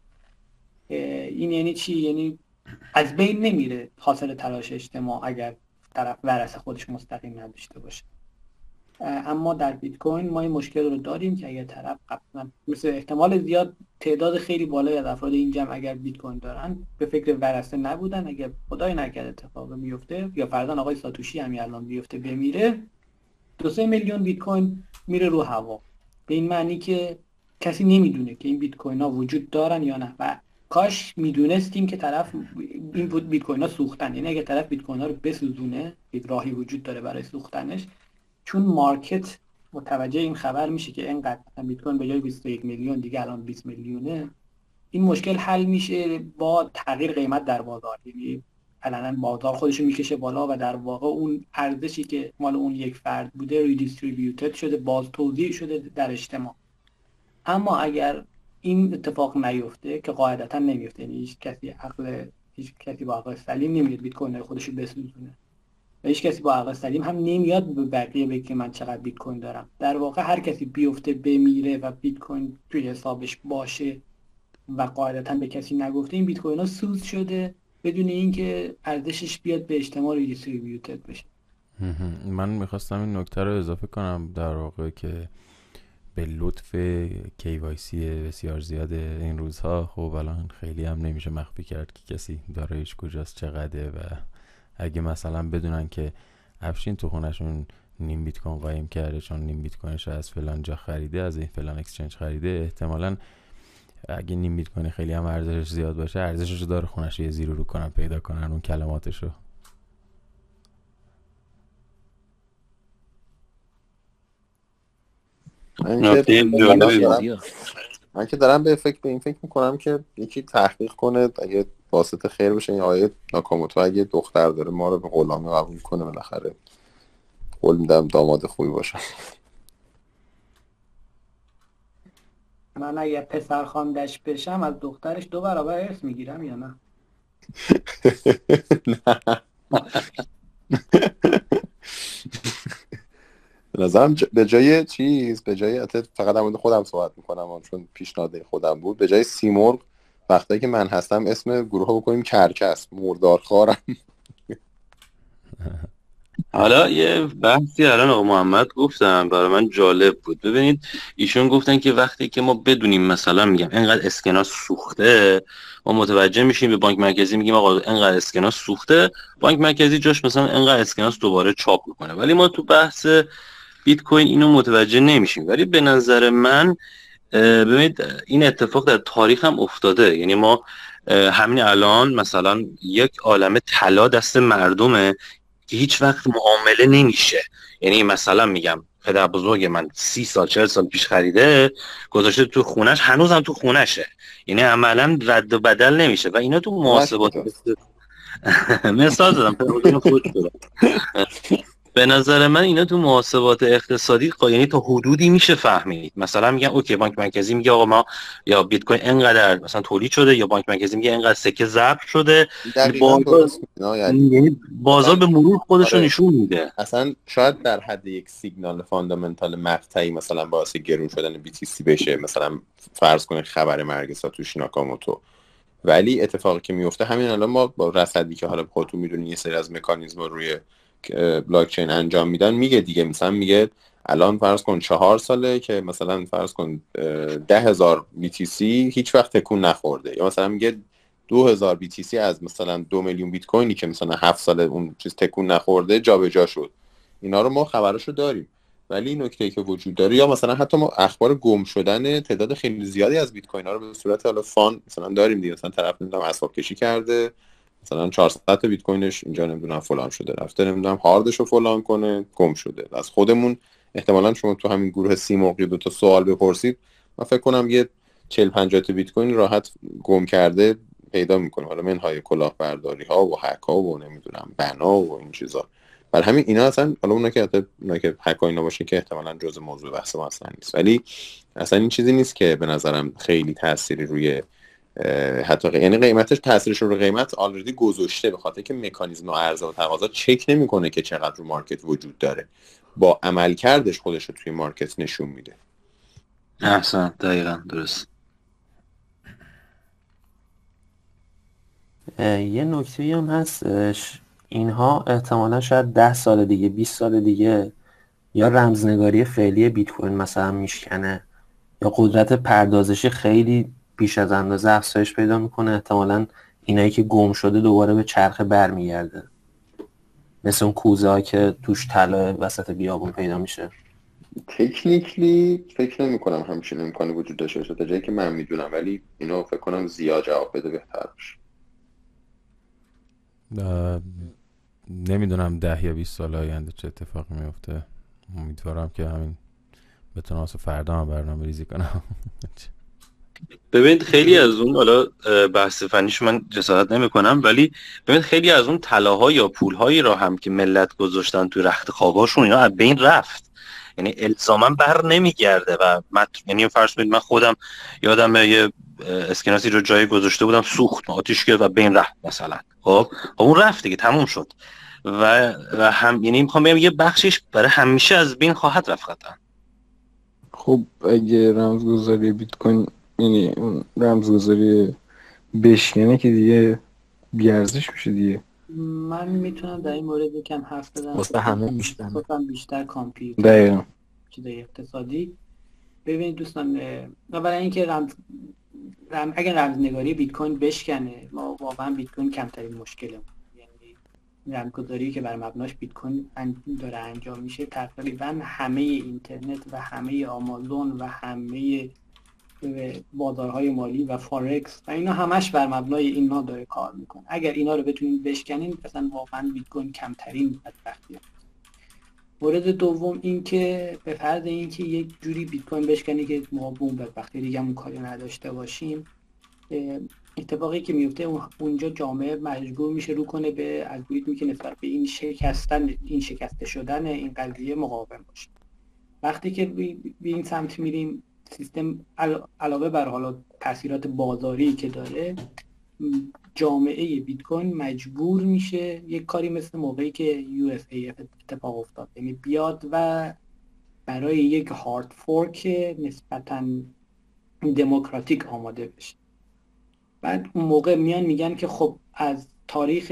این یعنی چی؟ یعنی از بین نمیره حاصل تلاش اجتماع اگر طرف ورثه خودش مستقیم نداشته باشه. اما در بیت کوین ما این مشکل رو داریم که اگر طرف مثل احتمال زیاد تعداد خیلی بالایی از افراد این جمع اگر بیت کوین دارن به فکر ورثه نبودن، اگر خدای نکرده اتفاق بیفته یا فرضاً آقای ساتوشی همین الان بیفته بمیره، 2-3 میلیون بیت کوین میره رو هوا. به این معنی که کسی نمیدونه که این بیت کوین ها وجود دارن یا نه. و کاش میدونستیم که طرف این بیت کوین ها سوختن. یعنی اگر طرف بیت کوین ها رو بسوزونه، یک راهی وجود داره برای سوختنش، چون مارکت متوجه این خبر میشه که اینقدر بیت کوین به جای 21 میلیون دیگه الان 20 میلیونه، این مشکل حل میشه با تغییر قیمت در بازار. یعنی علنا بازار خودش میکشه بالا و در واقع اون ارزشی که مال اون یک فرد بوده ریدیستریبیوتد شده، باز توزیع شده در اجتماع. اما اگر این اتفاق نیفته که قاعدتا نمیفته، یعنی هیچ کسی با عقل سلیم نمیاد بیت کوین خودش رو بسوزونه و هیچ کسی با عقل سلیم هم نمیاد به بقیه بگه من چقدر بیت کوین دارم. در واقع هر کسی بیفته بمیره و بیت کوین توی حسابش باشه و قاعدتا به کسی نگفته، این بیت کوین ها سوز شده بدون اینکه ارزشش بیاد به اجتماع ریدیستریبیوتد بشه. من میخواستم این نکته رو اضافه کنم در واقع که به لطف KYC بسیار زیاد این روزها خب الان خیلی هم نمیشه مخفی کرد که کسی داراییش کجاست چقدره، و اگه مثلا بدونن که افشین تو خونشون نیم بیت کوین قایم کرده چون نیم بیت کوینش از فلان جا خریده، از این فلان اکسچنج خریده، احتمالاً اگه نیم بیت کوین خیلی هم ارزشش زیاد باشه ارزشش رو داره خونش یه زیرو رو کنن پیدا کنن اون کلماتشو. من که دارم به این فکر میکنم که یکی تحقیق کنه اگه واسطه خیر بشه. این آیه ناکاموتو اگه دختر داره ما رو به غلامی قبول کنه، بالاخره قول میدم داماد خوبی باشه. من اگه پسر خواندش بشم از دخترش 2 برابر ارث میگیرم یا نه؟ به نظرم به جای فقط در مورد خودم صحبت میکنم چون پیشنهاد خودم بود، به جای سیمرغ وقتی که من هستم اسم گروه بکنیم کرکس، مردارخوارم. حالا یه بحثی الان آقا محمد گفتم برای من جالب بود. ببینید ایشون گفتن که وقتی که ما بدونیم مثلا میگم اینقدر اسکناس سوخته، ما متوجه میشیم به بانک مرکزی میگیم آقا اینقدر اسکناس سوخته، بانک مرکزی جاش مثلا اینقدر اسکناس دوباره چاپ میکنه. ولی ما تو بحث بیت کوین اینو متوجه نمیشیم. ولی به نظر من ببینید این اتفاق در تاریخ هم افتاده. یعنی ما همین الان مثلا یک عالمه طلا دست مردمه که هیچ وقت معامله نمیشه. یعنی مثلا میگم پدر بزرگ من 30 سال 40 سال پیش خریده گذاشته تو خونش، هنوزم تو خونشه، یعنی عملا رد و بدل نمیشه و اینا تو محاسبات مثال زدم به نظر من اینا تو محاسبات اقتصادی یعنی تا حدودی میشه فهمید. مثلا میگن اوکی بانک مرکزی میگه آقا ما یا بیت کوین اینقدر مثلا تولید شده، یا بانک مرکزی میگه اینقدر سکه ضبط شده، یعنی بازار به مرور خودش رو نشون میده. اصلا شاید در حد یک سیگنال فاندامنتال مقطعی مثلا باعث گرون شدن BTC بشه، مثلا فرض کنید خبر مرگ ساتوشی ناکاموتو. ولی اتفاقی که میفته همین الان ما با رصدی که حالا خودتون میدونید یه سری از مکانیزم‌ها روی بلاک چین انجام میدن، میگه دیگه مثلا میگه الان فرض کن 4 ساله که مثلا فرض کن 10,000 BTC هیچ وقت تکون نخورده، یا مثلا میگه 2,000 BTC از مثلا 2 میلیون بیت کوینی که مثلا 7 ساله اون چیز تکون نخورده جابجا شد. اینا رو ما خبراشو داریم. ولی نکته‌ای که وجود داره، یا مثلا حتی ما اخبار گم شدن تعداد خیلی زیادی از بیت کوین ها رو به صورت حالا فان مثلا داریم دیگه. مثلا طرف نمیدونم اسباب کشی کرده، مثلا 400 تا بیت کوینش اینجا نمیدونم فلان شده، رفته نمیدونم هاردشو فلان کنه گم شده. از خودمون احتمالاً شما تو همین گروه سیمرغ 2 تا سوال بپرسید، من فکر کنم یه 40-50 تا بیت کوین راحت گم کرده پیدا میکنه، حالا منهای کلاهبرداری ها و هک ها و نمیدونم بنا و این چیزا. برای همین اینا اصلا، حالا اونا که هک ها اینا باشه که احتمالاً جزء موضوع بحث ما اصلا نیست، ولی اصلا این چیزی نیست که به نظرم خیلی تأثیری روی حتی یعنی قیمتش، تاثیرش رو قیمت آلردی گذاشته، به خاطر که مکانیزم عرضه و تقاضا چک نمیکنه که چقدر رو مارکت وجود داره، با عملکردش خودش رو توی مارکت نشون میده. احسن، دقیقاً درست. یه نکته هم هست، اینها احتمالا شاید 10 سال دیگه 20 سال دیگه یا رمزنگاری فعلی بیت کوین مثلا میشکنه یا قدرت پردازشی خیلی بیش از اندازه افزایش پیدا میکنه، احتمالاً اینایی که گم شده دوباره به چرخه برمیگرده، مثل اون کوزه ها که توش طلا وسط بیابون پیدا میشه. تکنیکلی فکر نمی کنم همچین امکانی وجود داشته باشه تا جایی که من میدونم، ولی اینو فکر کنم زیاد جواب بده بهتر باشه. نمیدونم 10 یا 20 سال آینده چه اتفاقی میفته. امیدوارم که همین بتونم واسه فردا هم برنامه ریزی کنم. ببینید خیلی از اون، حالا بحث فنیش من جسارت نمی کنم، ولی ببینید خیلی از اون طلاها یا پولهایی را هم که ملت گذاشتن توی رخت خواباشون اینا از بین رفت، یعنی الزاما بر نمیگرده. و یعنی فرض کنید من خودم یادم یه اسکناسی رو جای گذاشته بودم، سوخت، آتیش گرفت و بین رفت مثلا. خب اون رفت دیگه، تموم شد. و هم یعنی میخوام بگم یه بخشش برای همیشه از بین خواهد رفت قطعا. خب اگه رمزگذاری بیت کوین، یعنی اون رمزگذاری بشکنه که دیگه بیارزش میشه دیگه. من میتونم در این مورد یکم حرف بزنم واسه همه بیشتر بیشتر کامپیوتر دقیقا چیزای اقتصادی. ببینید دوستان، اولا اینکه اگر رمزنگاری بیت کوین بشکنه، ما واقعا بیت کوین کمترین مشکله، یعنی رمزگذاری که بر مبناش بیت کوین داره انجام میشه تقریبا همه اینترنت و همه آمازون و همه بازارهای مالی و فارکس و اینا همش بر مبنای اینا داره کار میکنه. اگر اینا رو بتونید بشکنین مثلا واقعا بیت کوین کمترین بدبختیه. مورد دوم این که به فرض اینکه یک جوری بیت کوین بشکنی که ما بوم بدبختی دیگه همون کاری نداشته باشیم، اتفاقی که میفته اونجا جامعه مجبور میشه رو کنه به الگوریتمی که نسبت به این شکسته شدن این قضیه مقاوم باشه. وقتی که به این سمت میریم، سیستم علاوه بر حالا تاثیرات بازاری که داره، جامعه بیت کوین مجبور میشه یک کاری مثل موقعی که USAF اتفاق افتاد، یعنی بیاد و برای یک هارد فورک نسبتاً دموکراتیک آماده بشه. بعد اون موقع میان میگن که خب از تاریخ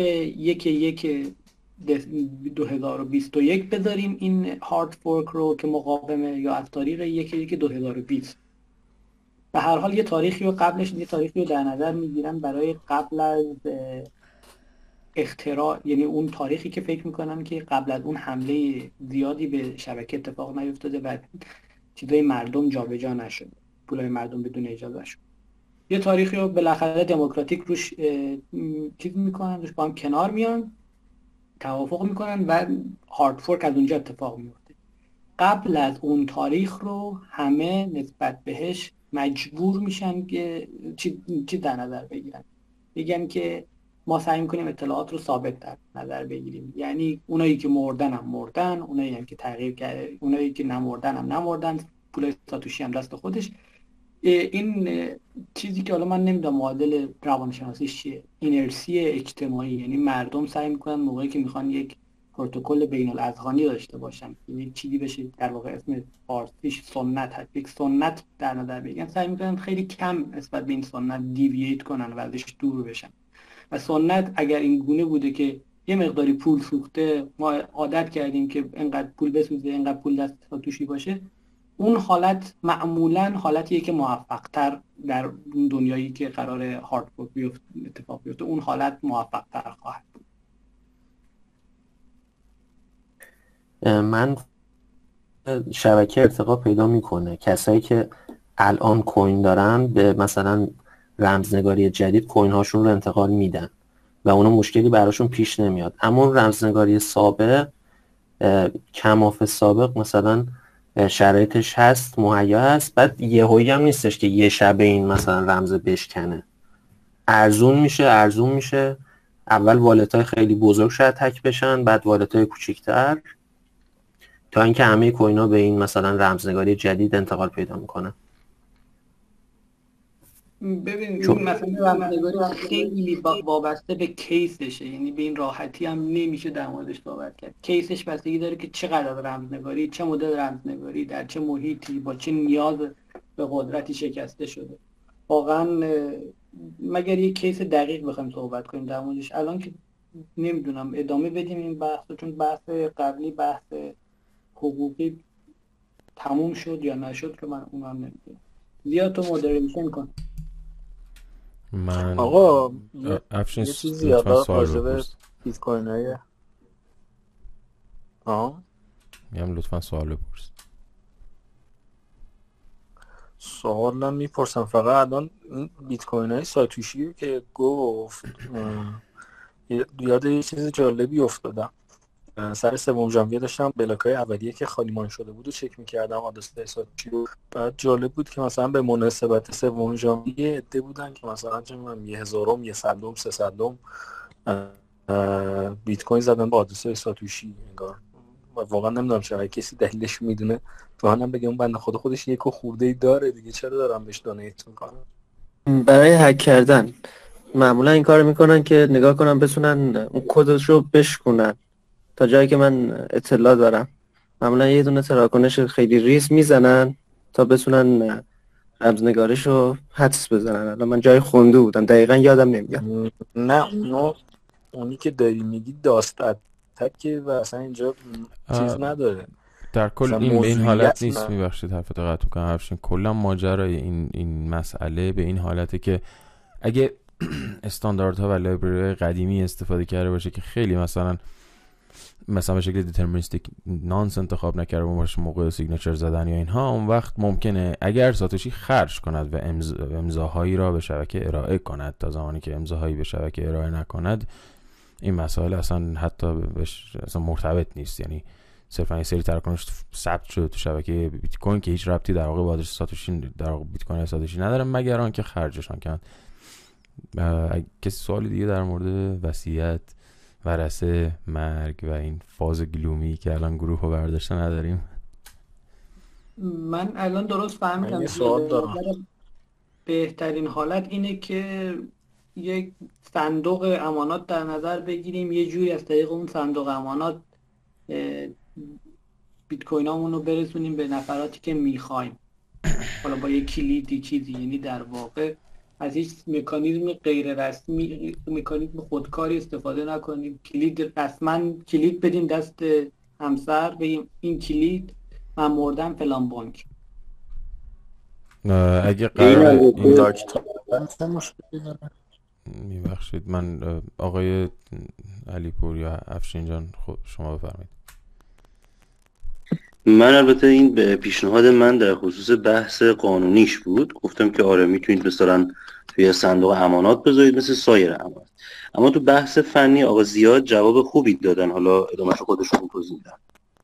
1/1/2021 بذاریم این هارد فورک رو که مقاومه، یا از تاریخ 1/1/2020. به هر حال یه تاریخی رو قبلش، یه تاریخی رو در نظر میگیرن برای قبل از اختراع، یعنی اون تاریخی که فکر میکنن که قبل از اون حمله زیادی به شبکه اتفاق نیفتاده و چیزای مردم جابجا نشده، پولای مردم بدون اجازه شد. یه تاریخی رو بالاخره دموکراتیک روش چیز میکنن، روش با هم کنار میان، توافق میکنن و هارد فورک از اونجا اتفاق میفته. قبل از اون تاریخ رو همه نسبت بهش مجبور میشن که چی در نظر بگیرن، بگن که ما سعی میکنیم اطلاعات رو ثابت در نظر بگیریم، یعنی اونایی که مردن هم مردن، اونایی هم که تغییر کرد، اونایی که نمردن هم نمردن، پولای ساتوشی هم دست خودش. این چیزی که حالا من نمیدونم معادل روانشناسیش چیه، اینرسی اجتماعی، یعنی مردم سعی میکنن موقعی که میخوان یک پروتکل بین الاذهانی داشته باشن، یعنی چیزی بشه در واقع اسم فارسیش سنت هست، یک سنت در نظر بگیرن، سعی میکنن خیلی کم نسبت به این سنت دیوییت کنن و ازش دور بشن. و سنت اگر این گونه بوده که یه مقداری پول سوخته، ما عادت کردیم که اینقدر پول بسوزه، اینقدر پول دست توشی باشه، اون حالت معمولاً حالتیه که موفق‌تر در اون دنیایی که قرار هارد فورک اتفاق بیفته، اون حالت موفق‌تر خواهد بود. من شبکه ارتقا پیدا میکنه، کسایی که الان کوین دارن به مثلا رمزنگاری جدید کوین هاشون رو انتقال میدن و اونا مشکلی براشون پیش نمیاد. اما اون رمزنگاری سابق، کماف سابق مثلا شرایطش هست، مهیا هست، بعد یهویی هم نیستش که یه شب این مثلا رمز بشکنه. ارزون میشه. اول والتای خیلی بزرگ شاید تک بشن، بعد والتای کوچیک‌تر، تا اینکه همه کوینا به این مثلا رمزنگاری جدید انتقال پیدا میکنه. ببین این مثلا رمزنگاری خیلی وابسته به کیسشه، یعنی به این راحتی هم نمیشه در موردش صحبت کرد. کیسش بستگی داره که چقدر از رمزنگاری، چه مدل رمزنگاری، در چه محیطی، با چه نیاز به قدرتی شکسته شده. واقعا مگر یک کیس دقیق بخوایم صحبت کنیم در موردش الان که نمیدونم ادامه بدیم این بحث، چون بحث قبلی بحث حقوقی تموم شد یا نشد که من اونم نمیدونم. زیاد تو مودریشن کن. من آقا افشین یه چیزی لطفا یادا سوال راجع به بپرس. بیت کوین های میگم لطفا سوال بپرس. سوالم میپرسم فقط الان این بیت کوین های ساتوشی که گفت یاد یه چیز جالبی افتادم. سر 3 ژانویه داشتم بلاک‌های اولیه که خالی مان شده بود و چک می‌کردم آدرس ساتوشی رو. بعد جالب بود که مثلا به مناسبت 3 ژانویه عده بودن که مثلا چه می‌دونم 1000م 100م 300م بیت کوین زدن با آدرس ساتوشی انگار. و واقعا نمیدونم چرا کسی دلیلش میدونه تو هم بگه اون بنده خدا خودش یک خورده‌ای داره دیگه، چرا دارم بهش دونیت میکنم؟ برای هک کردن معمولا این کارو میکنن که نگاه کنن بتونن اون کدش رو بشکنن. تا جایی که من اطلاع دارم معمولا یه دونه تراکنش خیلی ریز میزنن تا بتونن رمزنگاریش رو حدس بزنن. الان من جای خونده بودم دقیقا یادم نمیاد. نه اونی که داری میگی داست اتکه و اصلا اینجا چیز نداره. در کل مثلا این به این حالت موضوعیت نیست. نه. میبخشید حرفت قطع میکنم افشین. کلا ماجرای این مسئله به این حالته که اگه استانداردها و لایبرری قدیمی استفاده کرده باشه که خیلی مثلا به شکل دیترمینیستیک نانس انتخاب نکرده باشه موقع سیگنچر زدن یا اینها، اون وقت ممکنه اگر ساتوشی خرج کند و امضاهایی را به شبکه ارائه کند، تا زمانی که امضاهایی به شبکه ارائه نکند این مسائل اصلا حتی اصلا مرتبط نیست. یعنی صرفا یه سری تراکنش ثبت شده تو شبکه بیت کوین که هیچ ربطی در واقع با آدرس ساتوشی در واقع بیت کوین ساتوشی نداره مگر آنکه خرجشان کند. کسی سوالی دیگه در مورد وصیت، ورثه، مرگ و این فاز گلومی که الان گروه رو برداشته نداریم؟ من الان درست فهمیدم. من یه سوال دارم. بهترین حالت اینه که یک صندوق امانات در نظر بگیریم، یه جوری از طریق اون صندوق امانات بیت کوینامون رو برسونیم به نفراتی که میخوایم، حالا با یک کلیدی چیزی، یعنی در واقع از هیچ مکانیزم غیر رسمی، مکانیزم خودکاری استفاده نکنیم. رسما کلید بدیم دست همسر، بگیم این کلید من مردم فلان بانک. اگه قرار این داکتر مشکلی داره. میبخشید من آقای علیپور یا افشین جان شما بفرمایید. من البته این به پیشنهاد من در خصوص بحث قانونیش بود، گفتم که آره میتونید مثلا توی صندوق امانات بذارید مثل سایر امانات، اما تو بحث فنی آقا زیاد جواب خوبی دادن، حالا ادامهش خودشون توضیح میدن.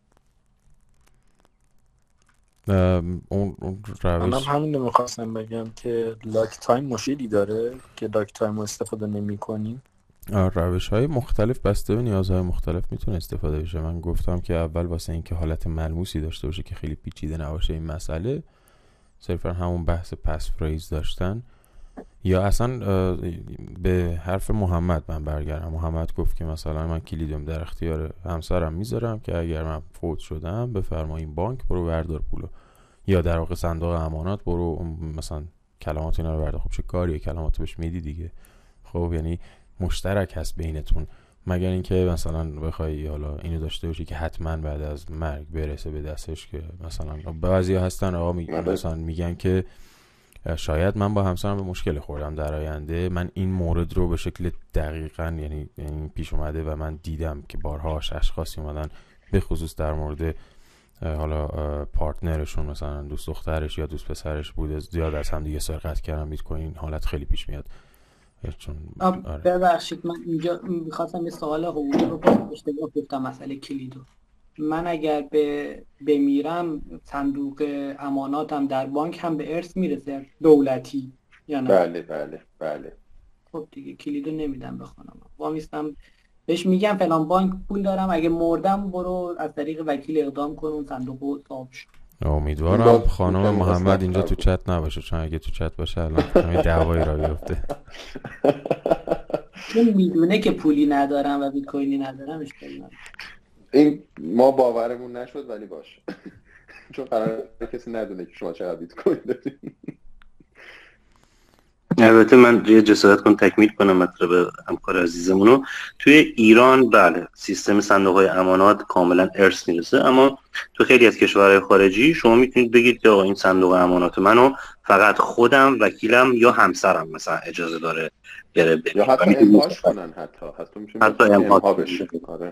اون منم روش همین رو میخواستم بگم که لاک تایم مشکلی داره که لاک تایم رو استفاده نمی کنیم. روش های مختلف بسته به نیازهای مختلف میتونه استفاده بشه. من گفتم که اول واسه اینکه حالت ملموسی داشته باشه که خیلی پیچیده نباشه این مسئله، صرفا همون بحث پس فریز داشتن، یا اصلا به حرف محمد من برگردم. محمد گفت که مثلا من کلیدم در اختیار همسرم میذارم که اگر من فوت شدم بفرما این بانک برو بردار پولو، یا در واقع صندوق امانات برو مثلا کلمات اینا رو بردار. خب چه کاریه، کلماتو بهش میدی دیگه. خب یعنی مشترک هست بینتون، مگر اینکه مثلا بخوای حالا اینو داشته باشی که حتما بعد از مرگ برسه به دستش، که مثلا بعضیا هستن آقا مثلا میگن که شاید من با همسرم به مشکل خوردم در آینده، من این مورد رو به شکل دقیقاً یعنی پیش اومده و من دیدم که بارها اشخاصی اومدن به خصوص در مورد حالا پارتنرشون، مثلا دوست دخترش یا دوست پسرش بوده، زیاد از هم دیگه سرقت کردن بیت کوین. حالت خیلی پیش میاد. چون ببخشید من اینجا میخواستم یه سوال حقوقی رو اشتباه گفتم، مسئله کلیدو. من اگر بمیرم صندوق اماناتم در بانک هم به ارث میرسه دولتی یا نه؟ بله بله بله. خب دیگه کلیدو نمیدم بخونم، وامیستم بهش میگم فلان بانک پول دارم، اگه مردم برو از طریق وکیل اقدام کن اون صندوقو صاحب شد. امیدوارم خانم محمد اینجا تو چت نباشه، چون اگه تو چت باشه الان همین دعوایی را بیفته. چون میدونه که پولی ندارم و بیت کوینی ندارم اشکالی نداره. این ما باورمون نشد ولی باشه. چون قرار کسی ندونه که شما چقدر بیت کوین دارید. البته من یه جسارت کنم تکمیل کنم مطلب همکار عزیزمونو. توی ایران بله سیستم صندوق‌های امانات کاملا ارث میرسه، اما تو خیلی از کشورهای خارجی شما میتونید بگید که آقا این صندوق امانات منو فقط خودم، وکیلم یا همسرم مثلا اجازه داره بره یا حتی امهاش کنن، حتی امها بشه.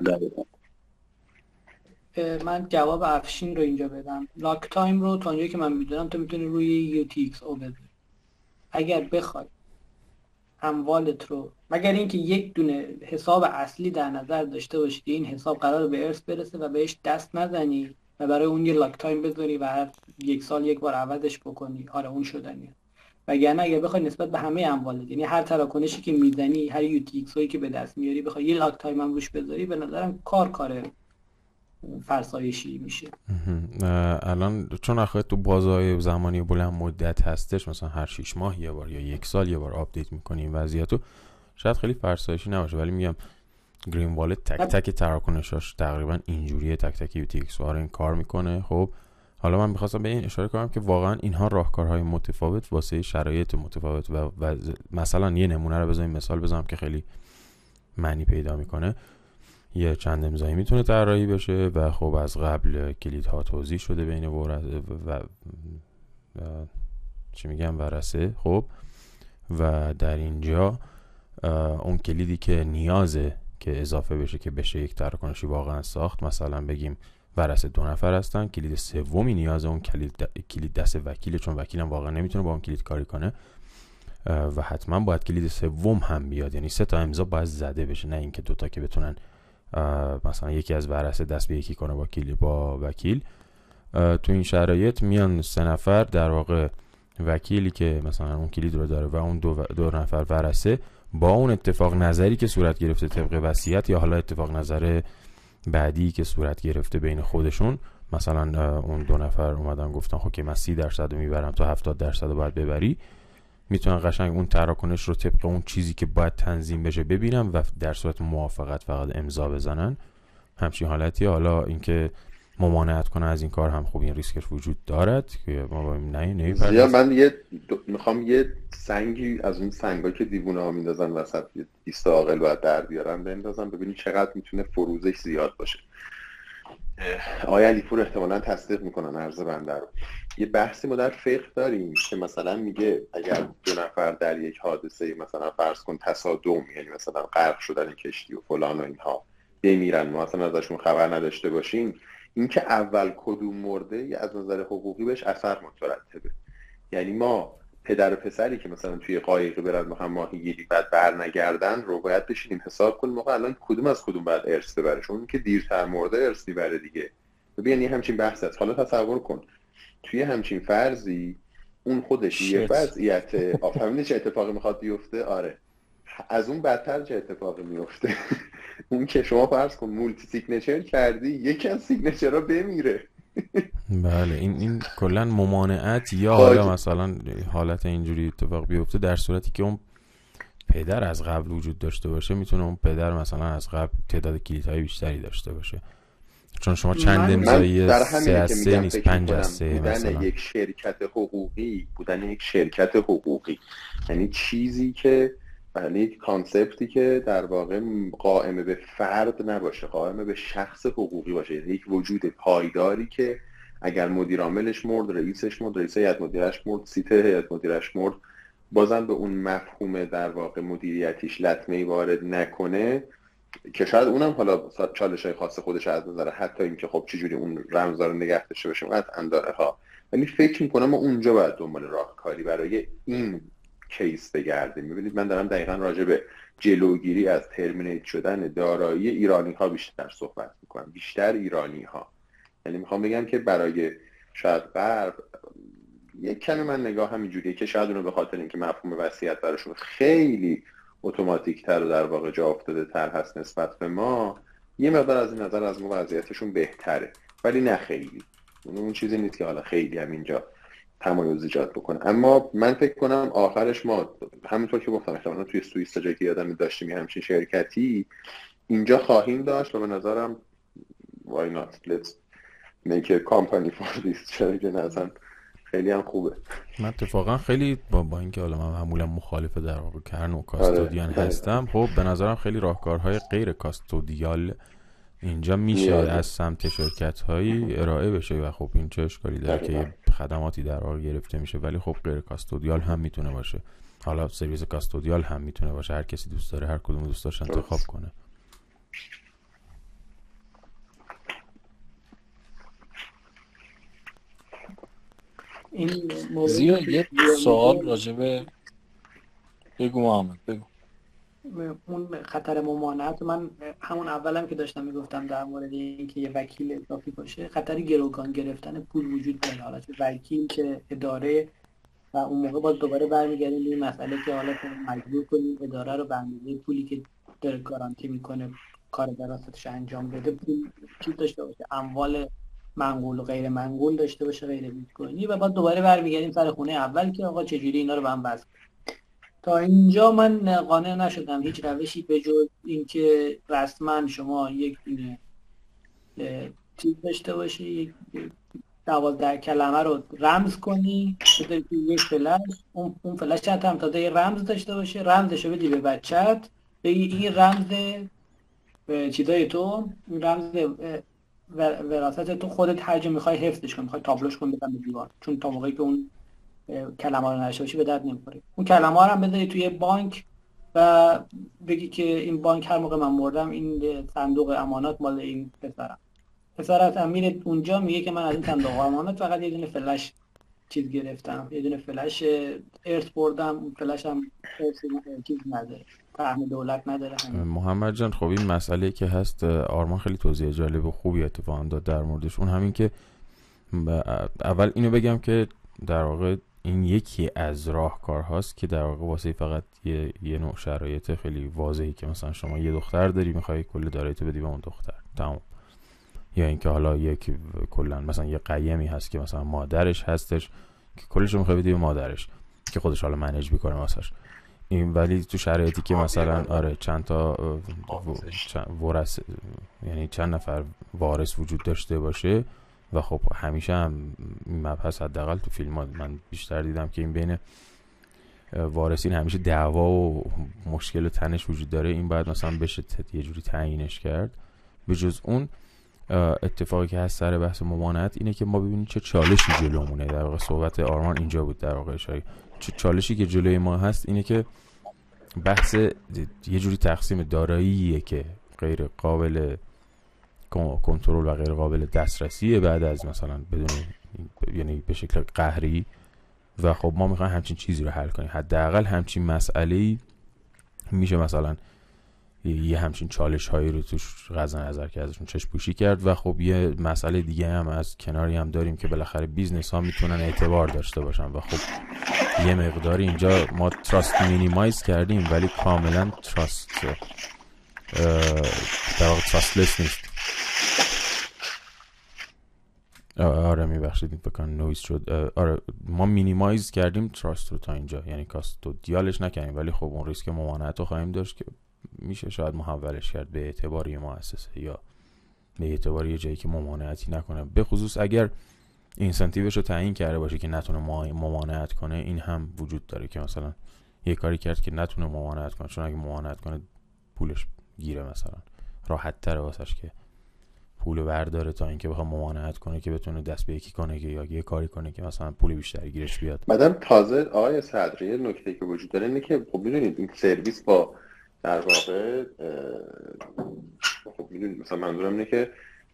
من جواب افشین رو اینجا بدم. لاک تایم رو تا اونجایی که من میدونم تو میتونی روی UTXO بذاری. اگر بخوای اموالت رو، مگر اینکه یک دونه حساب اصلی در نظر داشته باشی این حساب قراره به ارث برسه و بهش دست نزنی و برای اون یه لاک تایم بذاری و هر یک سال یک بار عوضش بکنی، آره اون شدنیه. وگرنه اگه بخوای نسبت به همه اموالت، یعنی هر تراکنشی که میزنی، هر UTXOی که به دست میاری بخوای یه لاک تایم هم روش بذاری، به نظرم کار فرسایشی میشه. الان چون آخه تو بازار زمانی بلند مدت هستش، مثلا هر 6 ماه یه بار یا یک سال یه بار آپدیت میکنیم وضعیتو، شاید خیلی فرسایشی نباشه، ولی میگم گرین والت تک تک تراکنشاش تقریبا اینجوریه، تک تک UTXO این کار میکنه. خب حالا من می‌خواستم به این اشاره کنم که واقعا اینها راهکارهای متفاوت واسه شرایط متفاوت و مثلا یه نمونه رو بزنیم مثال بزنم که خیلی معنی پیدا میکنه. یه چند امضایی میتونه طراحی بشه و خب از قبل کلیدها توضیح شده بین چی میگم ورثه. خب و در اینجا اون کلیدی که نیازه که اضافه بشه که بشه یک تراکنشی واقعا ساخت، مثلا بگیم ورثه 2 نفر هستن، کلید سومی نیازه اون کلید دست وکیله، چون وکیلم واقعا نمیتونه با اون کلید کاری کنه و حتما باید کلید سوم هم بیاد، یعنی 3 تا امضا باید زده بشه، نه اینکه 2 تا که بتونن مثلا یکی از ورثه دست به یکی کنه با وکیل. تو این شرایط میان 3 نفر در واقع، وکیلی که مثلا اون کلید رو داره و اون 2 نفر ورثه، با اون اتفاق نظری که صورت گرفته طبق وصیت یا حالا اتفاق نظر بعدی که صورت گرفته بین خودشون، مثلا اون 2 نفر اومدن گفتن خب که من 30% رو میبرم تو 70% رو باید ببری، میتونن قشنگ اون تراکنش رو طبق اون چیزی که باید تنظیم بشه ببینن و در صورت موافقت فقط امضا بزنن. همچین حالتی. حالا اینکه ممانعت کنه از این کار هم خوب این ریسکش وجود دارد که ما با این نمیپردازیم. من میخوام یه سنگی از اون سنگایی که دیوونه ها میندازن وسط ایست عاقل باید در بیارن بندازن ببینید چقدر میتونه فروزش زیاد باشه. آقای علیپور احتمالاً تصدیق میکنن عرض بنده رو. یه بحثی ما در فقه داریم که مثلا میگه اگر 2 نفر در یک حادثه مثلا فرض کن تصادم، یعنی مثلا غرق شدن کشتی و فلان و اینها، بمیرن ما مثلا ازشون خبر نداشته باشیم، اینکه اول کدوم مرده از نظر حقوقی بهش اثر مترتبه. یعنی ما پدر و پسری که مثلا توی قایقی برن هم ماهیگیری بعد برنگردن رو باید بشینیم حساب کنیم موقع الان کدوم از کدوم باید ارث ببره، چون که دیرتر مرده ارث میبره دیگه. ببین این همچین بحث هست. حالا تصور کن توی همچین فرضی اون خودش یه وضعیت فهمیدی چه اتفاقی میخواد بیفته. آره از اون بدتر چه اتفاقی میفته اون که شما فرض کن مولتی سیگنچر کردی یکی از سیگنچرها بمیره. بله این کلا ممانعت یا حالا مثلا حالت اینجوری اتفاق بیفته در صورتی که اون پدر از قبل وجود داشته باشه، میتونه اون پدر مثلا از قبل تعداد کلیدهای بیشتری داشته باشه، چون شما چند امضایی 3 از 3 نیست 5 از 3 مثلا. یک بودن یک شرکت حقوقی یعنی چیزی که یعنی یک کانسپتی که در واقع قائم به فرد نباشه، قائم به شخص حقوقی باشه، یعنی یک وجود پایداری که اگر مدیر عاملش مرد، رئیسش مرد، رئیس هیئت مدیرش مرد، سیت هیئت مدیرش مرد، بازم به اون مفهوم در واقع مدیریتیش لطمه‌ای وارد نکنه که شاید اونم حالا چالش‌های خاص خودش از نظر حتی اینکه خب چجوری اون رمزا رو نگه داشته باشیم قطعاً داره ها، ولی فکر می‌کنم ما اونجا باید دنبال راهکاری برای این کیس بگردیم. میبینید من دارم دقیقا راجع به جلوگیری از ترمینیت شدن دارایی ایرانی ها بیشتر صحبت میکنم، بیشتر ایرانی ها. یعنی میخوام بگم که برای شاید غرب یک کمی من نگاه همینجوریه که شاید اونو به خاطر اینکه مفهوم وصیت براشون خیلی اتوماتیک تر و در واقع جا افتاده تر هست نسبت به ما، یه مقدار از این نظر از ما وضعیتشون بهتره، ولی نه خیلی. اون چیزی نیست که حالا خیلی هم اینجا تمایز ایجاد بکنه. اما من فکر کنم آخرش ما همونطور که گفتم احتمالاً توی سوئیس تا جایی که یادم داشتیم همچین شرکتی اینجا خواهیم داشت و به نظرم why not let's make a company for this. چرا که اصلا خیلی هم خوبه. من اتفاقا خیلی با اینکه حالا من معمولا مخالف در واقع کرن و کاستودیان هستم، خب به نظرم خیلی راهکارهای غیر کاستودیال اینجا میشه از سمت شرکت‌هایی ارائه بشه و خب این چه اشکالی داره که خدماتی در واقع گرفته میشه، ولی خب غیر کاستودیال هم میتونه باشه. حالا سرویس کاستودیال هم میتونه باشه، هر کسی دوست داره هر کدوم دوست داشت انتخاب کنه. این زیاد یه سوال راجبه بگو محمد بگو. اون خطر ممانعت من همون اولم که داشتم میگفتم در مورد اینکه یه وکیل اضافی باشه، خطر گروگان گرفتن پول وجود داره. حالا چه وکیل که اداره و اون موقع باز دوباره برمیگردیم به این مسئله که حالا مجبور کنیم اداره رو به اندازه پولی که داره گارانتی میکنه کار دراستش انجام بده پول چیز داشته باشه، اموال منقول و غیر منقول داشته باشه، غیر بیت کوینی، و بعد دوباره برمیگردیم سر خونه اول که آقا چجوری اینا رو به هم وصل. تا اینجا من قانع نشدم هیچ روشی به جز اینکه رسما شما یک دونه چیز داشته باشی، 12 کلمه رو رمز کنی، بذاری توی یک فلش، اون فلش هم تازه یه رمز داشته باشه، رمزشو بدی به بچت، بگی این رمز چیزای تو، این رمز وراثت تو، خودت هر جا میخوای حفظش کن، میخوای تابلوش کن بزن به دیوار، چون تا موقعی که اون کلمه رو نشه باشی به درد نمیخوره. اون کلمه رو هم بذاری توی بانک و بگی که این بانک هر موقع من مردم این صندوق امانات مال این پسرت هم میره اونجا میگه که من از این صندوق امانات فقط یه دونه فلش چیز گرفتم، یه دونه فلش ارث بردم، اون فلش هم چیز نداره، فهم دولت نداره. محمد جان خب این مسئله که هست آرمان خیلی توضیح جالب و خوبی اتفاقا داد در موردش. اون همین که اول اینو بگم که در واقع این یکی از راهکارهاست که در واقع واسه فقط یه نوع شرایط خیلی واضحی که مثلا شما یه دختر داری میخوای کل داراییتو بدی به اون دختر، تمام. یا اینکه حالا یک کلا مثلا یه قیمی هست که مثلا مادرش هستش که کلش رو میخوای بدی به مادرش که خودش حالا منیج میکنه واسش این، ولی تو شرایطی که مثلا آره چند تا ورث یعنی چند نفر وارث وجود داشته باشه و خب همیشه هم مبحث حداقل تو فیلم‌ها من بیشتر دیدم که این بین وارثین همیشه دعوا و مشکل و تنش وجود داره، این باید مثلا بشه یه جوری تعیینش کرد. به جز اون اتفاقی که هست سر بحث ممانعت اینه که ما ببینیم چه چالشی جلومونه. در واقع صحبت آرمان اینجا بود، در واقع چه چالشی که جلوی ما هست اینه که بحث یه جوری تقسیم داراییه که غیر قابل کنترل و غیر قابل دسترسیه بعد از مثلا بدون یعنی به شکل قهری، و خب ما میخوایم همچین چیزی رو حل کنیم. حداقل همچین مسئله‌ای میشه مثلا یه همچین چالش هایی رو توش قطع نظر که ازشون چشم پوشی کرد. و خب یه مسئله دیگه هم از کناری هم داریم که بالاخره بیزنس ها میتونن اعتبار داشته باشن و خب یه مقداری اینجا ما تراست مینیمایز کردیم ولی کاملا تراست در واقع تراستلس نیست. آره میبخشید این فکر نویز شد. آره ما مینیمایز کردیم تراست رو تا اینجا، یعنی کاستودیالش نکنیم، ولی خب اون ریسک ممانعت رو خواهیم داشت که میشه شاید محولش کرد به اعتباری مؤسسه یا به اعتباری جایی که ممانعتی نکنه، به خصوص اگر اینسنتیوش رو تعیین کرده باشه که نتونه ممانعت کنه. این هم وجود داره که مثلا یه کاری کرد که نتونه ممانعت کنه، چون اگه ممانعت کنه پولش گیره، مثلا راحت تره واسش که پول برداره تا اینکه بخواد ممانعت کنه که بتونه دست به یکی کنه که یا یه کاری کنه که مثلا پول بیشتری گیرش بیاد. بعدم تازه آقای صدری یه نکته که وجود داره اینه که خب میدونید این سرویس با در واقع خب میدونید مثلا منظورم اینه که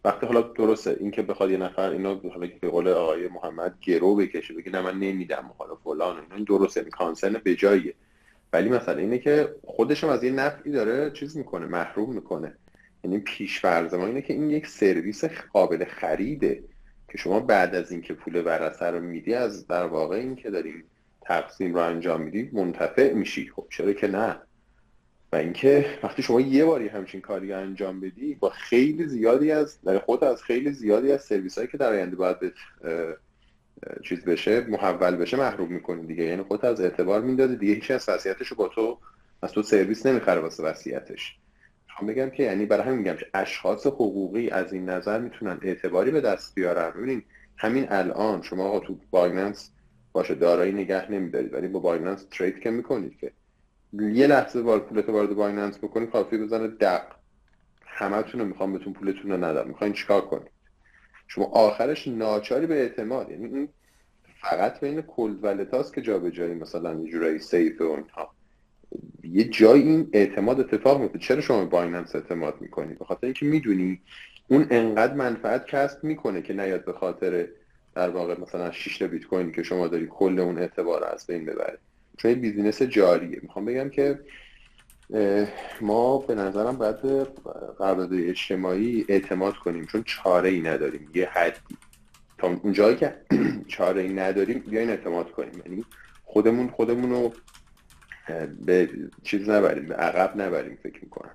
وقتی حالا درسته این که بخواد یه نفر اینا حالا که به قول آقای محمد گرو بکشه بگی نه من نمیدم حالا فلان اینا، این درسته، این کانسرن به جاییه، ولی مثلا اینه که خودش هم از یه نفعی داره چیز میکنه، محروم میکنه. یعنی پیش‌فرض ما اینه که این یک سرویس قابل خریده که شما بعد از اینکه پول ورثه رو میدی از در واقع این که داری تقسیم رو انجام میدی منتفع میشی. خب چرا که نه؟ و اینکه وقتی شما یه باری همچین کاری انجام بدی با خیلی زیادی از در خود از خیلی زیادی از سرویسایی که در آینده باید به چیز بشه محول بشه محروم میکنی دیگه. یعنی خودت از اعتبار میندازی دیگه، هیچ از وصیتشو با تو از تو سرویس نمیخره واسه وصیتش. میخوام بگم که یعنی برای همین میگم که اشخاص حقوقی از این نظر میتونن اعتباری به دست بیارن. ببینید همین الان شما تو بایننس باشه دارایی نگه نمیدارید ولی با بایننس ترید که میکنید که یه لحظه پولتو وارد بایننس بکنید کافی بزنه دق، همتون رو میخوام بهتون پولتون رو ندم، میخواین چیکار کنید؟ شما آخرش ناچاری به اعتماد، یعنی این فقط بین کلد ولتاست که جابجایی مثلا یه جورایی سیف و اینها، یه جای این اعتماد اتفاق میفته. چرا شما به بایننس اعتماد میکنید؟ به خاطر اینکه میدونی اون انقدر منفعت کسب میکنه که نیاد به خاطر در واقع مثلا 6 تا بیت کوینی که شما داری کل اون اعتبار رو از بین ببره، چون این بیزینس جاریه. میخوام بگم که ما به نظرم باید به قراردادهای اجتماعی اعتماد کنیم چون چاره ای نداریم، یه حدی تا اون جایی که چاره ای نداریم بیاین اعتماد کنیم. یعنی خودمون رو به چیز نبریم، به عقب نبریم. فکر میکنم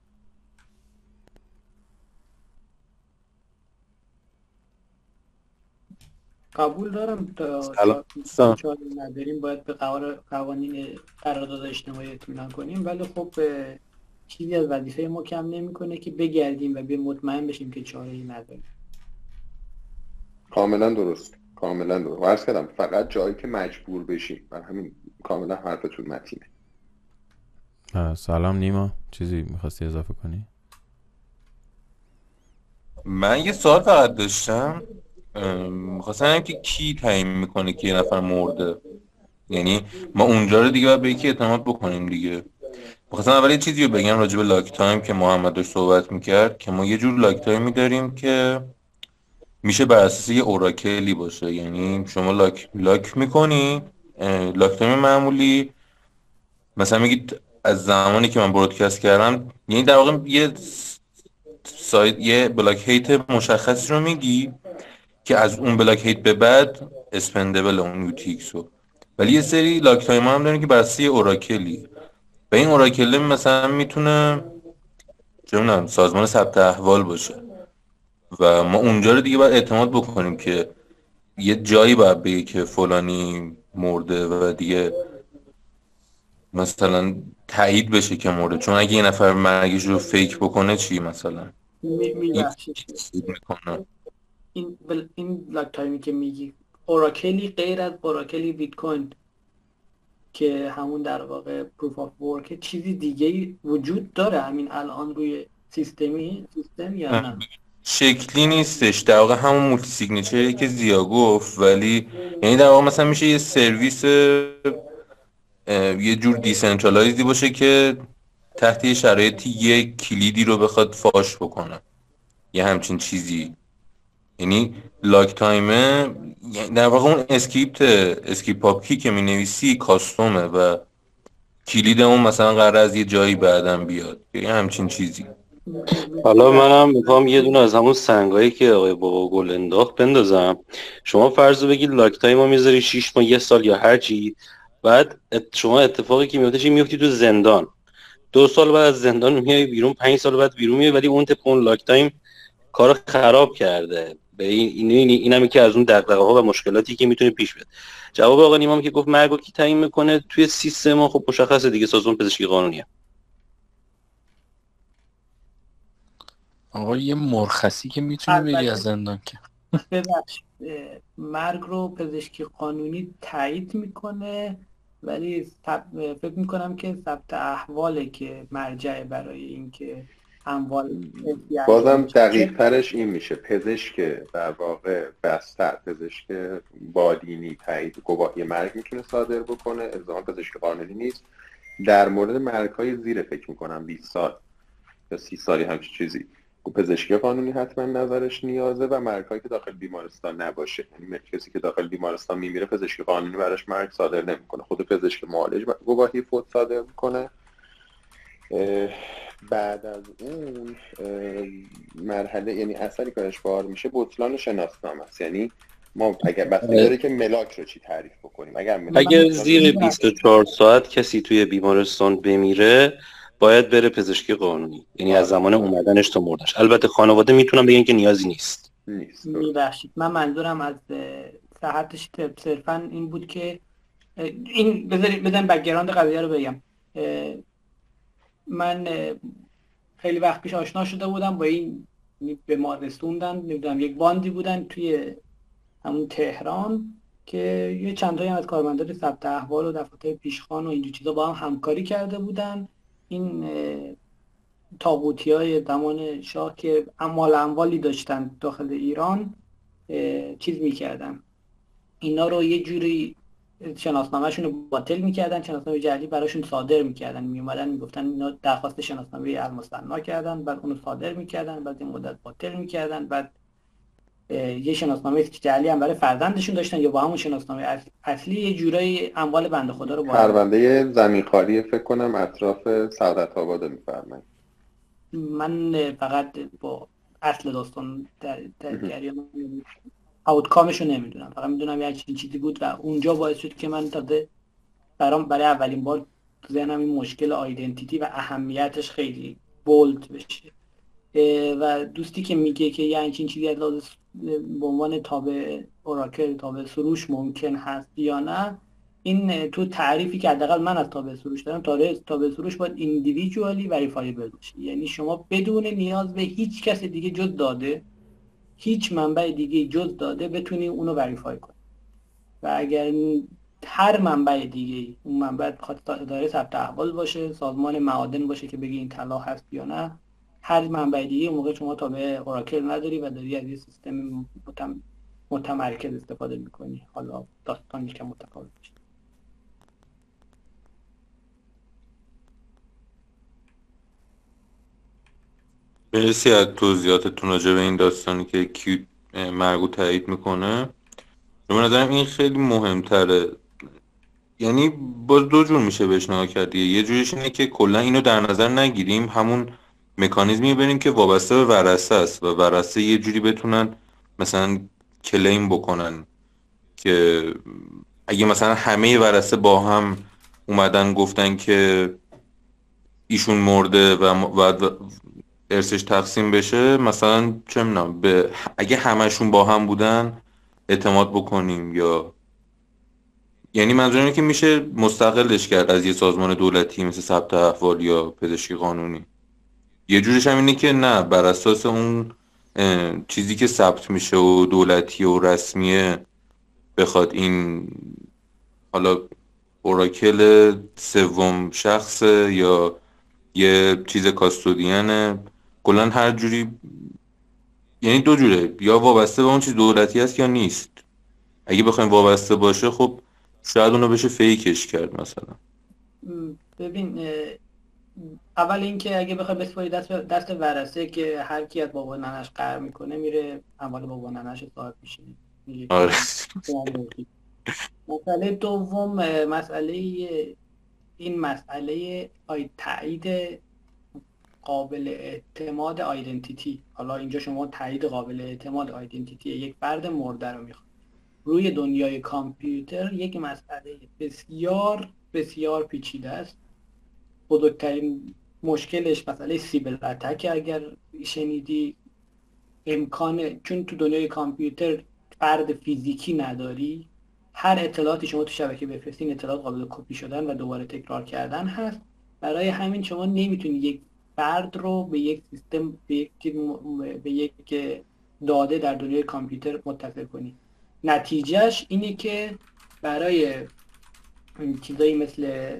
قبول دارم تا چاره نداریم باید به قوانین قرارداد اجتماعی اطمینان کنیم، ولی خب چیزی از وظیفه ما کم نمیکنه که بگردیم و به مطمئن بشیم که چاره ای نداریم. کاملا درست، کاملا درست. عرض کردم فقط جایی که مجبور بشیم، برای همین کاملا حرفتون متینه. سلام نیما، چیزی میخواستی اضافه کنی؟ من یه سوال فقط داشتم، میخواستم که کی تعیین میکنه که یه نفر مرده؟ یعنی ما اونجا رو دیگه باید به یکی اعتماد بکنیم دیگه. میخواستم اول یه چیزی رو بگم راجع به لاک تایم که محمد داشت صحبت میکرد، که ما یه جور لاک تایمی داریم که میشه بر اساس یه اوراکلی باشه. یعنی شما لاک میکنی، لاک تایم معمولی مثلا میگید از زمانی که من برودکست کردم، یعنی در واقع یه بلاک هیت مشخصی رو میگی که از اون بلاک هیت به بعد اسپندبل اون UTXو. ولی یه سری لاک تایم هم داریم که بر اساس یه اوراکلی، و این اوراکل مثلا میتونه چه سازمان ثبت احوال باشه و ما اونجا رو دیگه باید اعتماد بکنیم که یه جایی باید بگه که فلانی مرده و دیگه مثلا تایید بشه که مرده. چون اگه یه نفر مرگش رو فیک بکنه چی مثلا میکنه؟ این لاک تایمی که میگی اوراکلی غیر از اوراکلی بیت کوین که همون در واقع پروف آف ورک، چیزی دیگه وجود داره همین الان روی سیستم یا نه؟ شکلی نیستش، در واقع همون مولتی سیگنیچری که زیا گفت، ولی یعنی در واقع مثلا میشه یه سرویس یه جور دیسنترالایزی باشه که تحت یه شرایطی یه کلیدی رو بخواد فاش بکنه، یه همچین چیزی. یعنی لاک تایمه در واقع اون اسکریپت پاپ کی که می نویسی کاستومه و کلید اون مثلا قراره از یه جایی بعدم بیاد، یه همچین چیزی. حالا منم میخوام یه دونه از همون سنگایی که آقای بابا گل انداخت بندازم. شما فرض رو بگید لاک تایم رو میذاری 6 ماه، 1 سال یا هر چی، بعد شما اتفاقی که میفته میفتی تو زندان، 2 سال بعد از زندان میای بیرون، 5 سال بعد بیرون میای، ولی اون اون لاک تایم کارو خراب کرده. به اینم که از اون دغدغه‌ها و مشکلاتی که میتونه پیش بیاد. جواب آقا نیما که گفت مرگو کی تعیین میکنه توی سیستم ما، خب مشخصه دیگه، سازمان پزشکی قانونیه. آقا یه مرخصی که میتونه بری از زندان که مرگ رو پزشکی قانونی تایید میکنه، ولی فکر میکنم که ثبت احواله که مرجع برای اینکه اموال بازم دقیق ترش این میشه پزشک در واقع بستر، پزشک بالینی تایید گواهی مرگ میتونه صادر بکنه، الزاما پزشک قانونی نیست. در مورد مرگ‌های زیر فکر میکنم 20 سال یا 30 سالی همچین چیزی پزشکی قانونی حتما نظرش نیازه و مرگ‌هایی که داخل بیمارستان نباشه. یعنی کسی که داخل بیمارستان میمیره پزشکی قانونی براش مرگ صادر نمیکنه، خود پزشک معالج گواهی فوت صادر میکنه. بعد از اون مرحله، یعنی اثری که اشبار میشه بطلان شناسنامه است. یعنی ما اگر بستگی داره که ملاک رو چی تعریف بکنیم. اگر زیر 24 ساعت کسی توی بیمارستان بمیره باید بره پزشکی قانونی، یعنی از زمان اومدنش تا مردنش. البته خانواده میتونن بگن که نیازی نیست. میبخشید، من منظورم از صحتش صرفا این بود که این بزن بک‌گراند قضیه رو بگم. من خیلی وقت پیش آشنا شده بودم با این، به ما رسوندن، نمیدونم یک باندی بودن توی همون تهران که یه چند تایی از کارمندان ثبت احوال و دفاتر پیشخوان و اینجور چیزا با هم همکاری کرده بودن. این طاغوتی‌های زمان شاه که اموالی داشتن داخل ایران چیز میکردن، اینا رو یه جوری شناسنامه‌شون رو باطل میکردن، شناسنامه جعلی براشون صادر میکردن، میومدن میگفتن اینا درخواست شناسنامه المثنا کردن، بعد اونو صادر میکردن، بعد این مدت باطل میکردن، بعد یه شناسنامه جعلی هم برای فرزندشون داشتن یا با همون شناسنامه اصلی یه جورایی اموال بنده خدا رو پرونده زمینخواری فکر کنم اطراف سعادت آباد میفرمایید. من فقط با اصل داستان در جریان آوتکامشو نمیدونم، فقط میدونم یه چیزی بود و اونجا باعث شد که من تازه برای اولین بار تو ذهنم این مشکل آیدنتیتی و اهمیتش خیلی بولد بشه. و دوستی که میگه که یه همچین چیزی از لحاظ به عنوان تابع اوراکل، تابع سروش ممکن هست یا نه، این تو تعریفی که حداقل من از تابع سروش دارم، تابع سروش باید ایندیویدوالی وریفایبل باشه. یعنی شما بدون نیاز به هیچ کس دیگه جز داده، هیچ منبع دیگه جز داده بتونی اونو وریفای کنی. و اگر هر منبع دیگه، اون منبع بخواد اداره ثبت احوال باشه، سازمان معادن باشه که بگی این طلا هست یا نه، هر منبع دیگه اون موقع شما تابع اوراکل نداری و داری از یه سیستم متمرکز استفاده میکنی. حالا داستان یکم متفاوت میشه. مرسی از توضیحاتتون راجع به این داستانی که کیو مرگو تایید میکنه. به نظرم این خیلی مهمتره. یعنی باز دو جور میشه بهش نگاه کرد. یه جوریش اینه که کلا اینو در نظر نگیریم، همون مکانیزمی بریم که وابسته به ورثه است و ورثه یه جوری بتونن مثلا کلیم بکنن که اگه مثلا همه ورثه با هم اومدن گفتن که ایشون مرده و ارثش تقسیم بشه، مثلا چه می‌دونم اگه همشون با هم بودن اعتماد بکنیم، یا یعنی منظور اینه که میشه مستقلش کرد از یه سازمان دولتی مثل ثبت احوال یا پزشکی قانونی. یه جورش هم اینه که نه، بر اساس اون چیزی که ثبت میشه و دولتی و رسمیه بخواد این حالا اوراکل سوم شخص یا یه چیز کاستودینه، کلن هر جوری، یعنی دو جوره، یا وابسته به اون چیز دولتی هست یا نیست. اگه بخوایم وابسته باشه خب شاید اونو بشه فیکش کرد مثلا. ببین، اول اینکه اگه بخوای بسپاری دست ورثه که هر کی از بابا ننش قهر میکنه میره اموال بابا ننش صاحب میشه. آره. مسئله دوم، مسئله تایید قابل اعتماد آیدنتیتی. حالا اینجا شما تایید قابل اعتماد آیدنتیتی یک فرد مرده رو میخواد. روی دنیای کامپیوتر یک مسئله بسیار بسیار پیچیده است. بزرگترین مشکلش مسئله سیبر اتک. اگر شنیدی، چون تو دنیای کامپیوتر فرد فیزیکی نداری، هر اطلاعاتی شما تو شبکه بفرستین اطلاعات قابل کپی شدن و دوباره تکرار کردن هست. برای همین شما نمیتونی یک فرد رو به یک سیستم، به یک داده در دنیای کامپیوتر متصل کنی. نتیجهش اینه که برای چیزایی مثلا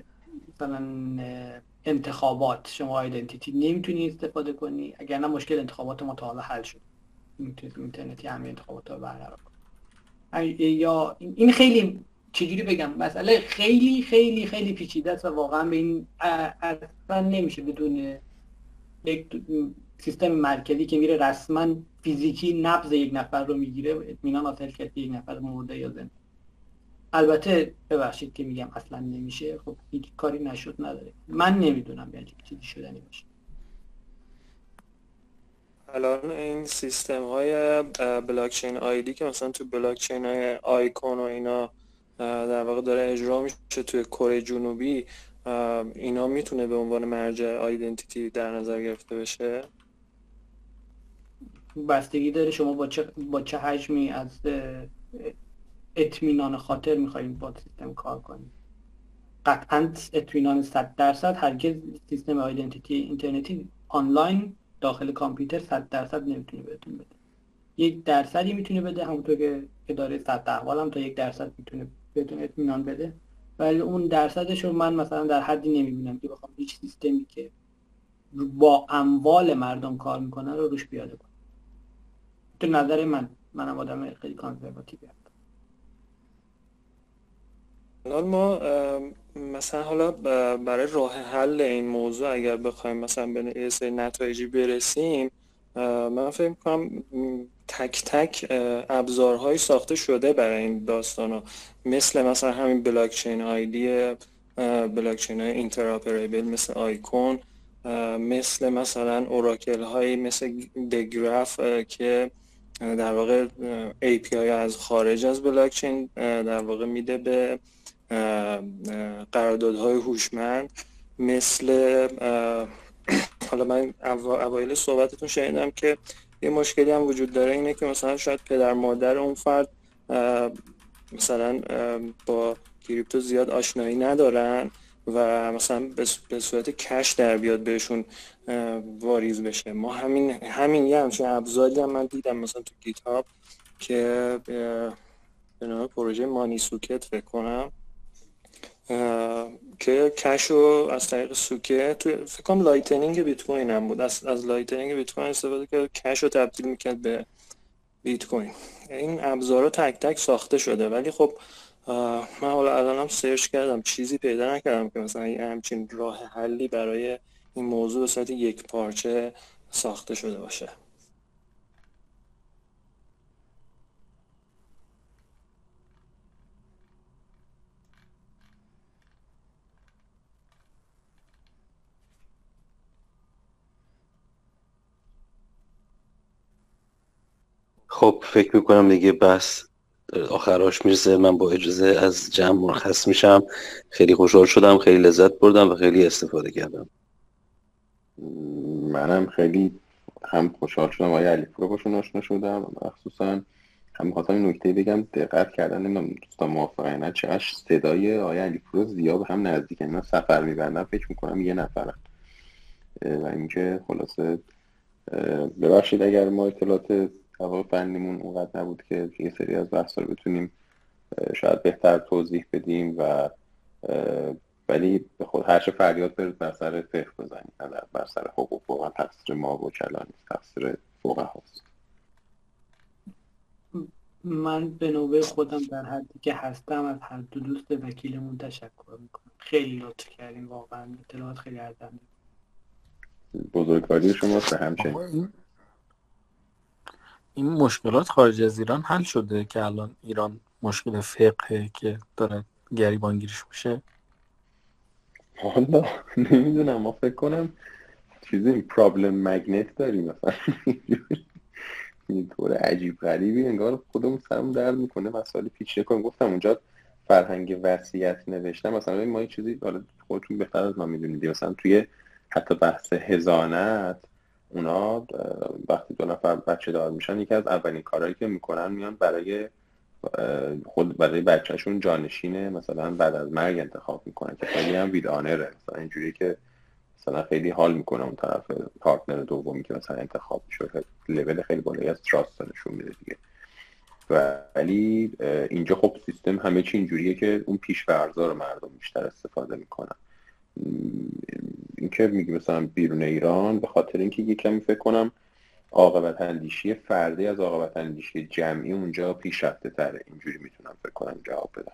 انتخابات شما آیدنتیتی نمیتونی استفاده کنی، اگر نه مشکل انتخابات ما تا حالا حل شد، میتونید اینترنتی همه انتخابات رو برقرار کنی. یا این خیلی چجوری بگم، مسئله خیلی خیلی خیلی پیچیده است و واقعا به این اصلا نمیشه بدون یک سیستم مرکزی که میره رسما فیزیکی نبض یک نفر رو میگیره اطمینان حاصل کرد که یک نفر مرده یا زنده. البته ببخشید که میگم اصلا نمیشه، خب هیچ کاری نشد نداره. من نمیدونم یعنی چیزی شدنی باشه. الان این سیستم های بلاکچین آیدی که مثلا تو بلاکچین های آیکون و اینا در واقع داره اجرا میشه توی کره جنوبی، اینا میتونه به عنوان مرجع آیدنتیتی در نظر گرفته بشه؟ بستگی داره شما با چه حجمی از اطمینان خاطر میخوایم با سیستم کار کنیم. قطعا اطمینان 100% هرگز سیستم آیدنتیتی اینترنتی آنلاین داخل کامپیوتر 100% نمیتونه بهتون بده. 1% میتونه بده، همونطور که اداره ثبت احوال هم تا 1% میتونه بهتون اطمینان بده، ولی اون درصدش رو من مثلا در حدی نمیبینم که بخوام هیچ سیستمی که با اموال مردم کار میکنه رو روش پیاده کنم. تو نظر منم آدم خیلی کانسرواتیوی هستم. الان ما مثلا حالا برای راه حل این موضوع اگر بخوایم مثلا به یه سری نتایجی برسیم، من فکر می‌کنم تک تک ابزارهایی ساخته شده برای این داستانا، مثل همین بلاکچین آیدی، بلاکچین های اینتراپریبل مثل آیکون، مثلا اوراکل هایی مثل دگراف که در واقع API از خارج از بلاکچین در واقع میده به قراردادهای هوشمند، مثل حالا من اوایل صحبتتون شنیدم که یه مشکلی هم وجود داره، اینه که مثلا شاید پدر مادر اون فرد مثلا با کریپتو زیاد آشنایی ندارن و مثلا به صورت کش در بیاد بهشون واریز بشه. ما همین یه همچین ابزاری هم من دیدم مثلا تو گیت هاب که به نام پروژه مانی سوکت فکر کنم، که کش رو از طریق سوکت تو فکر کنم لایتنینگ بیت کوین هم بود، از لایتنینگ بیت کوین استفاده کرد کش رو تبدیل میکرد به بیت کوین. این ابزارها تک تک ساخته شده، ولی خب من حالا الانم سرچ کردم چیزی پیدا نکردم که مثلا همچین راه حلی برای این موضوع به صورت یک پارچه ساخته شده باشه. خب فکر میکنم دیگه بس آخراش میرسه. من با اجازه از جمع مرخص میشم. خیلی خوشحال شدم، خیلی لذت بردم و خیلی استفاده کردم. منم خیلی هم خوشحال شدم آقای علیپور باشون آشنا شدم و مخصوصا هم می‌خواستم این نکته بگم دقت کردن نمیدونم دوستان موافقن نه چقدر صدای آقای علیپور زیاد هم نزدیکه. من سفر میبندم فکر میکنم یه نفرم و اینکه خلاصه ببخشید اگر ما اطلاعات فنیمون اونقدر نبود که یه سری از بحثا رو بتونیم شاید بهتر توضیح بدیم و ولی به خود هر چه فریاد برید بر سر فقه بزنید، بر سر حقوق واقعا تقصیر ما وکلا نیست، تقصیر فقهاست. من به نوبه خودم در حدی که هستم از هر دو دوست وکیلمون تشکر میکنم. خیلی لطف کردیم، واقعا اطلاعات خیلی ارزنده. بزرگواری شماست و همچنین. این مشکلات خارج از ایران حل شده که الان ایران مشکل فقهه که داره گریبانگیریش میشه؟ حالا نمیدونم، ما فکر کنم چیزی پرابلم مگنت داریم مثلا اینطور عجیب غریبی انگار خودمون سرمون درد میکنه مسائل پیچیده کنیم. گفتم اونجا فرهنگ وصیت نوشتن مثلا ما یه چیزی حالا خودتون بهتر از ما میدونید مثلا توی حتی بحث حضانت اونا وقتی دو نفر بچه دار میشن یکی از اولین کارهایی که میکنن میان برای بچهشون جانشین مثلا بعد از مرگ انتخاب میکنن که خیلی هم وید آنره، مثلا اینجوری که مثلا خیلی حال میکنه اون طرف پارتنر دومی که مثلا انتخاب میشه، لول خیلی بالایی از تراست نشون میده دیگه. ولی اینجا خب سیستم همه چی اینجوریه که اون پیش‌فرض‌ها رو مردم بیشتر استفاده میکنن. اینکه میگی مثلا بیرون ایران به خاطر اینکه یه کمی فکر کنم عاقبت اندیشی فردی از عاقبت اندیشی جمعی اونجا پیشرفته تره، اینجوری میتونم فکر کنم جواب بدم.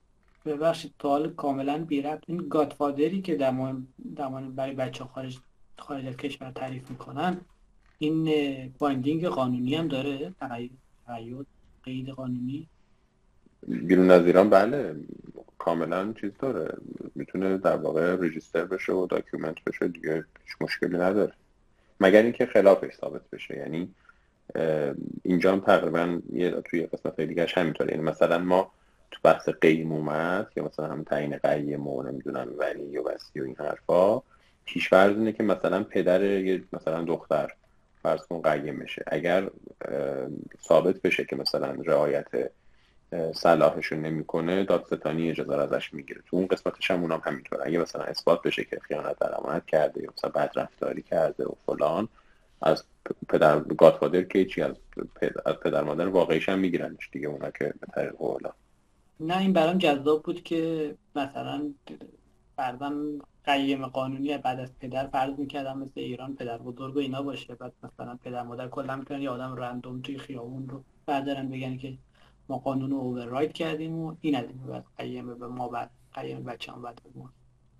ببخشید سوال کاملا بی ربط، این گادفادری که دمان برای بچه خارج خارج از کشور تعریف میکنن، این بایندینگ قانونی هم داره، تقید قید قانونی بیرون از ایران بله کاملا چیز داره، میتونه در واقع رجیستر بشه و داکیومنت بشه دیگه، هیچ مشکلی نداره مگر اینکه خلافش ثابت بشه. یعنی اینجا هم تقریبا توی قسمت دیگه‌اش همینطوره. یعنی مثلا ما تو بحث قیمومت یا مثلا هم تعیین قیم و نمیدونم ولی و وصی و این حرفا، پیش فرض اینه که مثلا پدر یه مثلا دختر فرض کن قیم بشه، اگر ثابت بشه که مثلا رعایت صلاحشون نمیکنه، دادستانی اجازه رو ازش میگیره. تو اون قسمتش هم اونم همینطوره. اگه مثلا اثبات بشه که خیانت در امانت کرده یا مثلا بدرفتاری کرده و فلان، از پدر گادفادر که چی از پدر مادر واقعیش هم میگیرنش دیگه، اونا که به طریق اولا. نه این برام جذاب بود که مثلا فرضاً قیم قانونی بعد از پدر فرض میکردم مثل ایران پدر بزرگ و اینا باشه، بعد مثلا پدر مادر کلا میتونن یه آدم رندوم توی خیابون رو بردارن بگن که ما قانون رو اوورراید کردیم و این از این بعد قیم به ما بعد قیم بچه‌ام بعد به ما.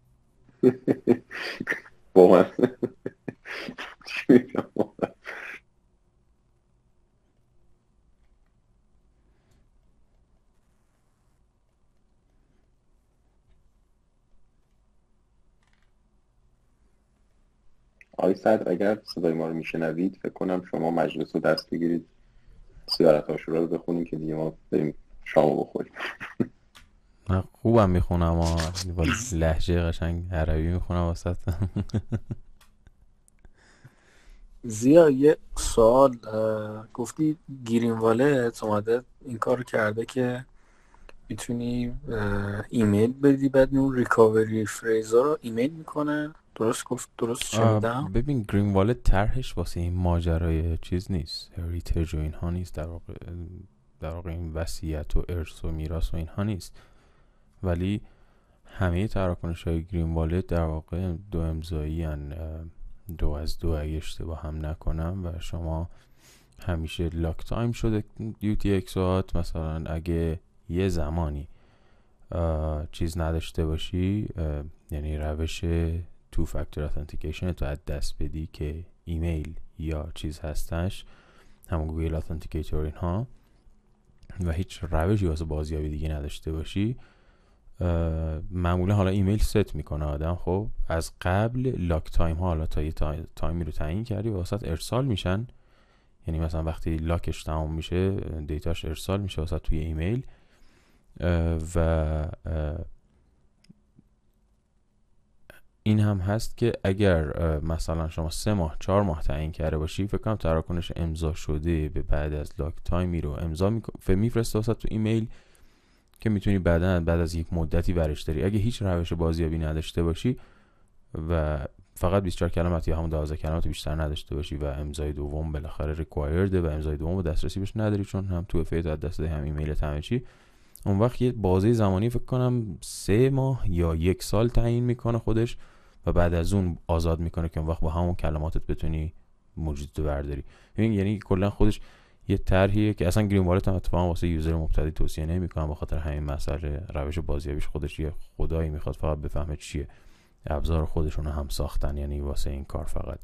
با من آقای صدر اگر صدای ما رو میشنوید فکر کنم شما مجلس رو دست بگیرید، زیارت عاشورا رو بخونیم که دیگه ما بریم شامو بخوریم. من خوبم میخونم با لهجه قشنگ عربی میخونم واسه. زیا یه سوال، گفتی گرین والت اومده این کار کرده که میتونی ایمیل بدی بعد اون ریکاوری فریزا رو ایمیل میکنه، درست گفت؟ درست شنیدم؟ ببین گرین والت طرحش واسه این ماجرای چیز نیست، هریتیج و اینها نیست، در واقع این وصیت و ارث و میراث و اینها نیست، ولی همه تراکنش‌های گرین والت در واقع دو امضایی ان، 2 از 2 اگه اشتباه هم نکنم، و شما همیشه لاک تایم شده UTXO هات. مثلا اگه یه زمانی چیز نداشته باشی، یعنی روش تو فاکتور اتنتیکیشن تو از دست بدی که ایمیل یا چیز هستش، همون گوگل اتنتیکیتور اینها، و هیچ روشی واسه بازیابی دیگه نداشته باشی، معمولا حالا ایمیل ست میکنه آدم. خب از قبل لاک تایم ها حالا تا یه تایمی رو تعیین کردی و واسط ارسال میشن، یعنی مثلا وقتی لاکش تمام میشه دیتاش ارسال میشه واسط توی ایمیل. و این هم هست که اگر مثلا شما 3 ماه 4 ماه تعیین کرده باشی، فکر کنم تراکنش امضا شده به بعد از لاک تایمی رو امضا میفرسته واسط تو ایمیل که میتونی بعد از یک مدتی برش داری. اگه هیچ روش بازیابی نداشته باشی و فقط 24 کلمات یا همون 12 کلمات بیشتر نداشته باشی و امضای دوم بالاخره ریکوایرده و امضای دوم دسترسی بهش نداری چون هم تو اف ای از دست هم ایمیلت همه چی، اون وقت یه بازه زمانی فکر کنم 3 ماه یا 1 سال تعیین میکنه خودش و بعد از اون آزاد میکنه که اون وقت با همون کلماتت بتونی موجودتو برداری. یعنی کلا خودش یه طرحیه که اصلا گرین والت هم اتفاقا واسه یوزر مبتدی توصیه نمیکنم، به خاطر همین مسئله روش بازیابیش خودش یه خدایی میخواد فقط بفهمه چیه، ابزار خودشون هم ساختن یعنی واسه این کار فقط.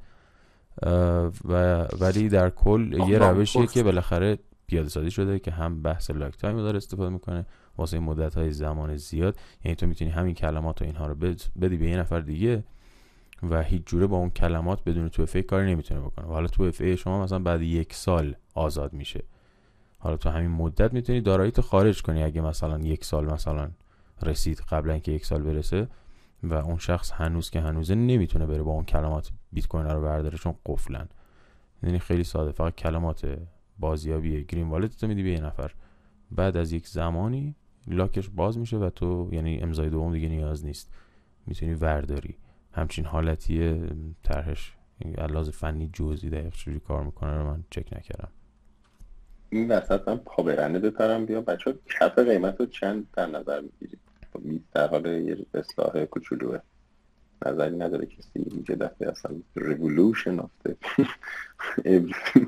ولی در کل یه روشیه که بالاخره پیاده سازی شده که هم بحث لاک تایم رو داره استفاده میکنه واسه مدت‌های زمان زیاد، یعنی تو میتونی همین کلمات و اینها رو بدی به یه نفر دیگه و هیچ جوره با اون کلمات بدون تو اف ای کاری نمیتونه بکنه. و حالا تو اف ای شما مثلا بعد 1 سال آزاد میشه، حالا تو همین مدت میتونی داراییتو خارج کنی اگه مثلا 1 سال مثلا رسید قبل اینکه 1 سال برسه و اون شخص هنوز که هنوزه نمیتونه بره با اون کلمات بیت کوین رو برداره چون قفلن. یعنی خیلی ساده، فقط کلمات بازیابی گرین والت تو میدی به یه نفر، بعد از یک زمانی لاکش باز میشه و تو یعنی امضای دوم دیگه نیاز نیست، میتونی ورداری. همچین حالتیه طرحش، علاوه فنی جزئی دقیق چجوری کار میکنه رو من چک نکردم. این وسط من پابرنه بپرم بیا بچه ها، کف قیمت رو چند در نظر میگیرید؟ در حال یه اصلاح کوچولوه، نظری نداره کسی اینجا دفعه اصلا revolution of the everything.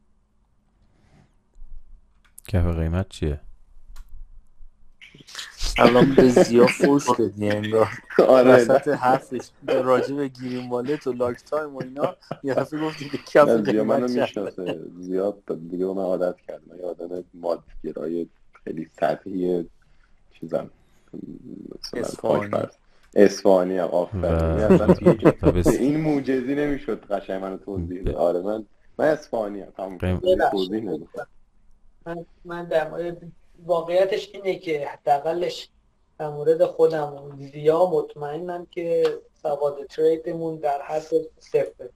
کف قیمت چیه؟ الان به زیا فوش دادی انگار آره وسط حرفش راجع به گرین والت و لاک تایم و اینا یه دفعه گفتی به کف نه، زیا منو قیمت چند. میشناسه، زیاد دیگه من عادت کردم. من یه آدم مادگرای خیلی سطحی چیزم، مثلا اصفهانی. اصفهانی هم آفرین. اصلا و این موجزی نمیشد قشنگ منو توضیح بده. آره من اصفهانی هم تموم قیم- شد. توضیح نمیدم. من در مورد واقعیتش اینه که حداقلش در مورد خودم و زیا مطمئنم که سواد تریدمون در حد صفر.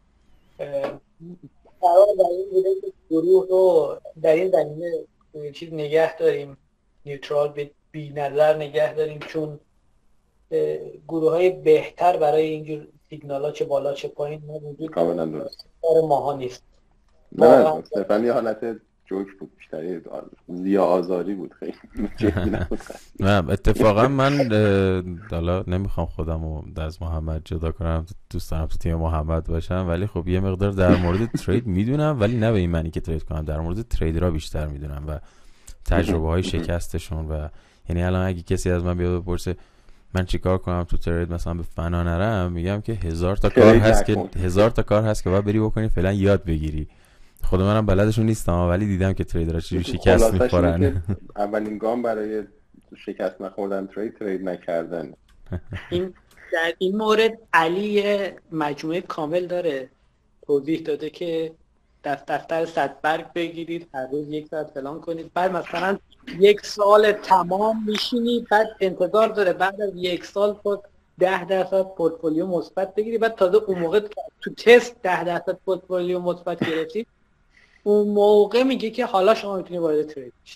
قرار بر این بوده که گروه رو در این زمینه چیز نگه داریم، نیوترال بی نظر نگه داریم، چون گروه های بهتر برای اینجور سیگنال ها چه بالا چه پایین ما وجود کاملا درست. کار ماها نیست. نه صرفا یه حالت جوک بود، بیشتری زیا آزاری بود، خیلی جدی نبود. نه اتفاقا من حالا نمیخوام خودم رو از محمد جدا کنم، دوست دارم تو تیم محمد باشم، ولی خب یه مقدار در مورد ترید میدونم، ولی نه به این معنی که ترید کنم، در مورد تریدرها بیشتر میدونم و تجربه های شکستشون. و یعنی الان اگه کسی از من بیاد بپرسه من چیکار کنم تو ترید مثلا به فنا نرم، میگم که 1000 تا کار هست که 1000 تا کار هست که باید بری بکنی، فعلا یاد بگیری. خود منم بلدشون نیستم ولی دیدم که تریدرها چجوری شکست میخورن. اولین گام برای شکست نخوردن ترید نکردن. این در این مورد علی مجموعه کامل داره توضیح داده که دفتر 100 برگ بگیرید، هر روز 1 ساعت فلان کنید، بعد مثلا 1 سال تمام میشینید، بعد انتظار داره بعد از 1 سال 10% پورتفولیو مثبت بگیری، بعد تازه اون موقع تو تست 10% پورتفولیو مثبت گرفتی، اون موقع میگه که حالا شما میتونی وارد ترید بشید.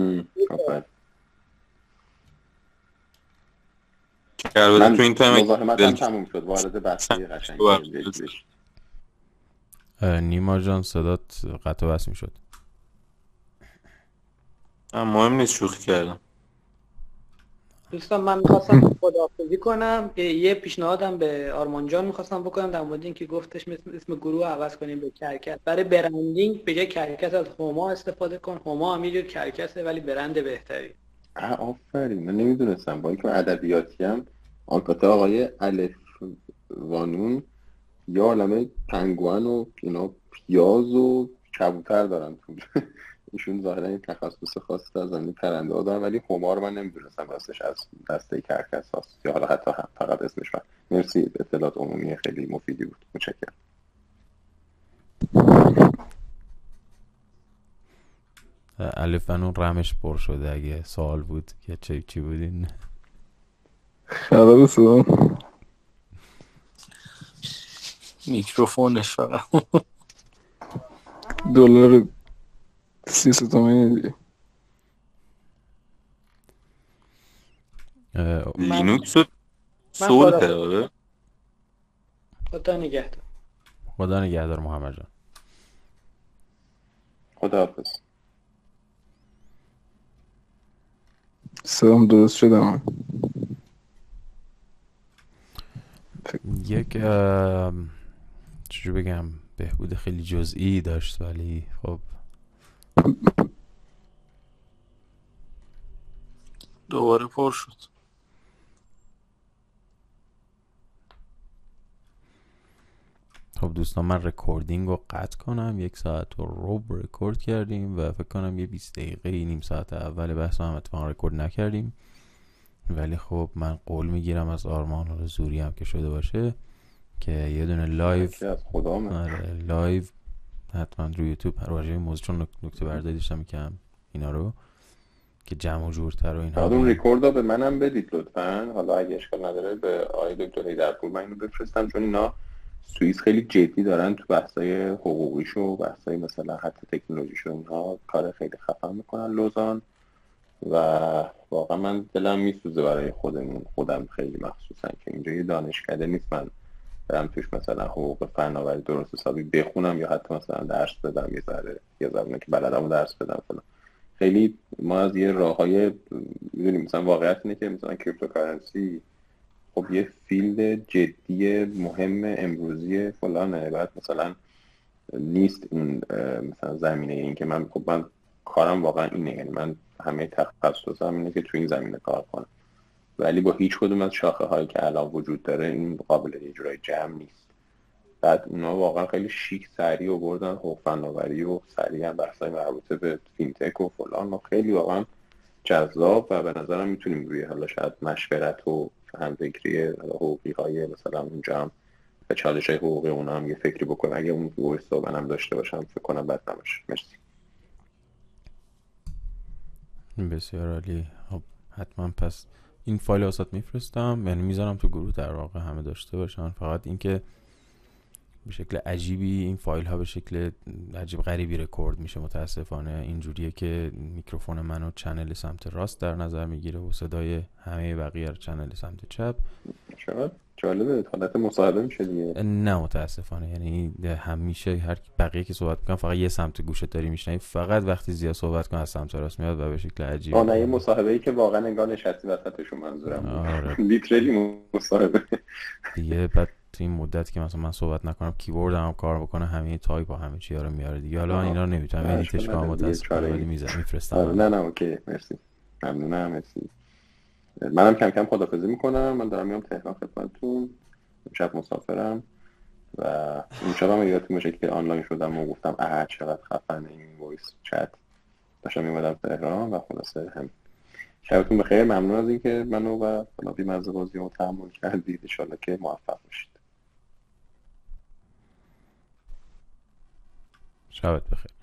البته تو این تایم مزاحمتم تموم شد، وارد بحثی قشنگ بشید. نیما جان صدات قطع و وصل میشد. مهم نیست، شوخی کردم. دوستان من میخواستم خداحافظی کنم، یه پیشنهادم به آرمان جان میخواستم بکنم در مورد اینکه گفتش اسم گروه عوض کنیم به کرکس. برای برندینگ به جای کرکس از هوما استفاده کن. هوما هم یه جور کرکسه ولی برند بهتری. آفرین، من نمیدونستم، با اینکه من ادبیاتیم آلکاته آقای الف وانون یا عالمه پنگوان و اینا پیاز و کبوتر دارن تو ایشون ظاهرا این تخصص خاصی از زمینه پرنده ها دارن، ولی هوما رو من نمیدونستم راستش از دسته کرکس هاست یا حالا حتی فقط اسمش من. مرسی، اطلاعات عمومی خیلی مفیدی بود، متشکرم. الف فنون رمش پر شده، اگه سوال بود که چی بودین؟ خبر صدا میکروفونش فقط دلار 33 تومانی دیگه. لینوکس رو سول کرده. خدا نگهدار. خدا نگهدار محمد جان. خداحافظ. صدام درست شدم. یک چجور بگم بهبود خیلی جزئی داشت، ولی خب دوباره پر شد. خب دوستان من رکوردینگ رو قطع کنم، 1 ساعت و ربع رکورد کردیم و فکر کنم یه 20 دقیقه نیم ساعت اول بحث هم اتفاقا رکورد نکردیم، ولی خب من قول میگیرم از آرمان و زوری هم که شده باشه که یه دونه لایو لایو حتما روی یوتیوب راجع به موضوع، چون نکته برداری داشتم میکنم اینا رو که جمع و جورتر و اینها. اون رکورد رو به منم بدید لطفاً، حالا اگه اشکال نداره به آقای دکتر هیدرپور من اینو بفرستم، چون اینا سوئیس خیلی جدی دارن تو بحثای حقوقیش و بحثای مثلا حتی تکنولوژیش و اینها کار خیلی خفن میکنن لوزان، و واقعا من دلم میسوزه برای خودم خیلی مخصوصا که اینجا یه دانشکده نیست من برم توش مثلا حقوق فناوری درست حسابی بخونم یا حتی مثلا درس بدم، یه زبونه که بلدمو درس بدم فلان. خیلی ما از یه راههای میدونیم، مثلا واقعیت اینه که مثلا کریپتوکارنسی خب یه فیلد جدی مهم امروزی فلانه، بعد مثلا نیست اون مثلا زمینه این که من کارم واقعا اینه، یعنی من همه تخصصم اینه که تو این زمینه کار کنم. ولی با هیچ کدوم از شاخه هایی که الان وجود داره این قابل اجرای جمع نیست. بعد اونا واقعا خیلی شیک سریع آوردن حقوق فناوری و سریع هم بحثای مربوطه به فینتک و فلان و خیلی واقعا جذاب و به نظرم میتونیم روی حالا شاید مشورت و همفکری حقوقی های مثلا اونجا هم به چالش های حقوقی اونا هم یه فکری بکنم. اگه اون وایس رو منم داشته باشم فکر کنم بد نباشه. مرسی. بسیار عالی. خب حتما پس این فایل واسات میفرستم، یعنی میذارم تو گروه در واقع همه داشته باشن. فقط اینکه به شکل عجیبی این فایل ها به شکل عجیب غریبی رکورد میشه متاسفانه. اینجوریه که میکروفون منو چنل سمت راست در نظر میگیره و صدای همه بقیه رو چنل سمت چپ. چقدر جالبه، حالت مصاحبه میشه دیگه. نه متاسفانه، یعنی همیشه هر بقیه که صحبت میکنن فقط یه سمت گوشت داری میشنوی، فقط وقتی زیاد صحبت کنن از سمت راست میاد و به شکل عجیبی. نه یه مصاحبه‌ای که واقعا انگار نشستی وسطشون منظورم. آره. لیترلی مصاحبه دیگه. بعد تو این مدت که مثلا من صحبت نکنم کیبوردم هم کار بکنه، همه تایپ و همه چیزا رو میاره دیگه. حالا من اینا رو نمیتونم ادیتش کنم متاسفانه، ولی میفرستم. نه اوکی مرسی. ممنونم. مرسی. منم کم کم خدافظی میکنم. من دارم میام تهران خدمتتون. شب مسافرم و این شب هم یادتون باشه که آنلاین شدم و گفتم چقدر خفنه این وایس چت. داشتم میومدم تهران و خلاصه هم شبتون بخیر. ممنون از اینکه منو و فنابی مزه بازی رو تحمل کردید. ان شاءالله که موفق باشید. شبت بخیر.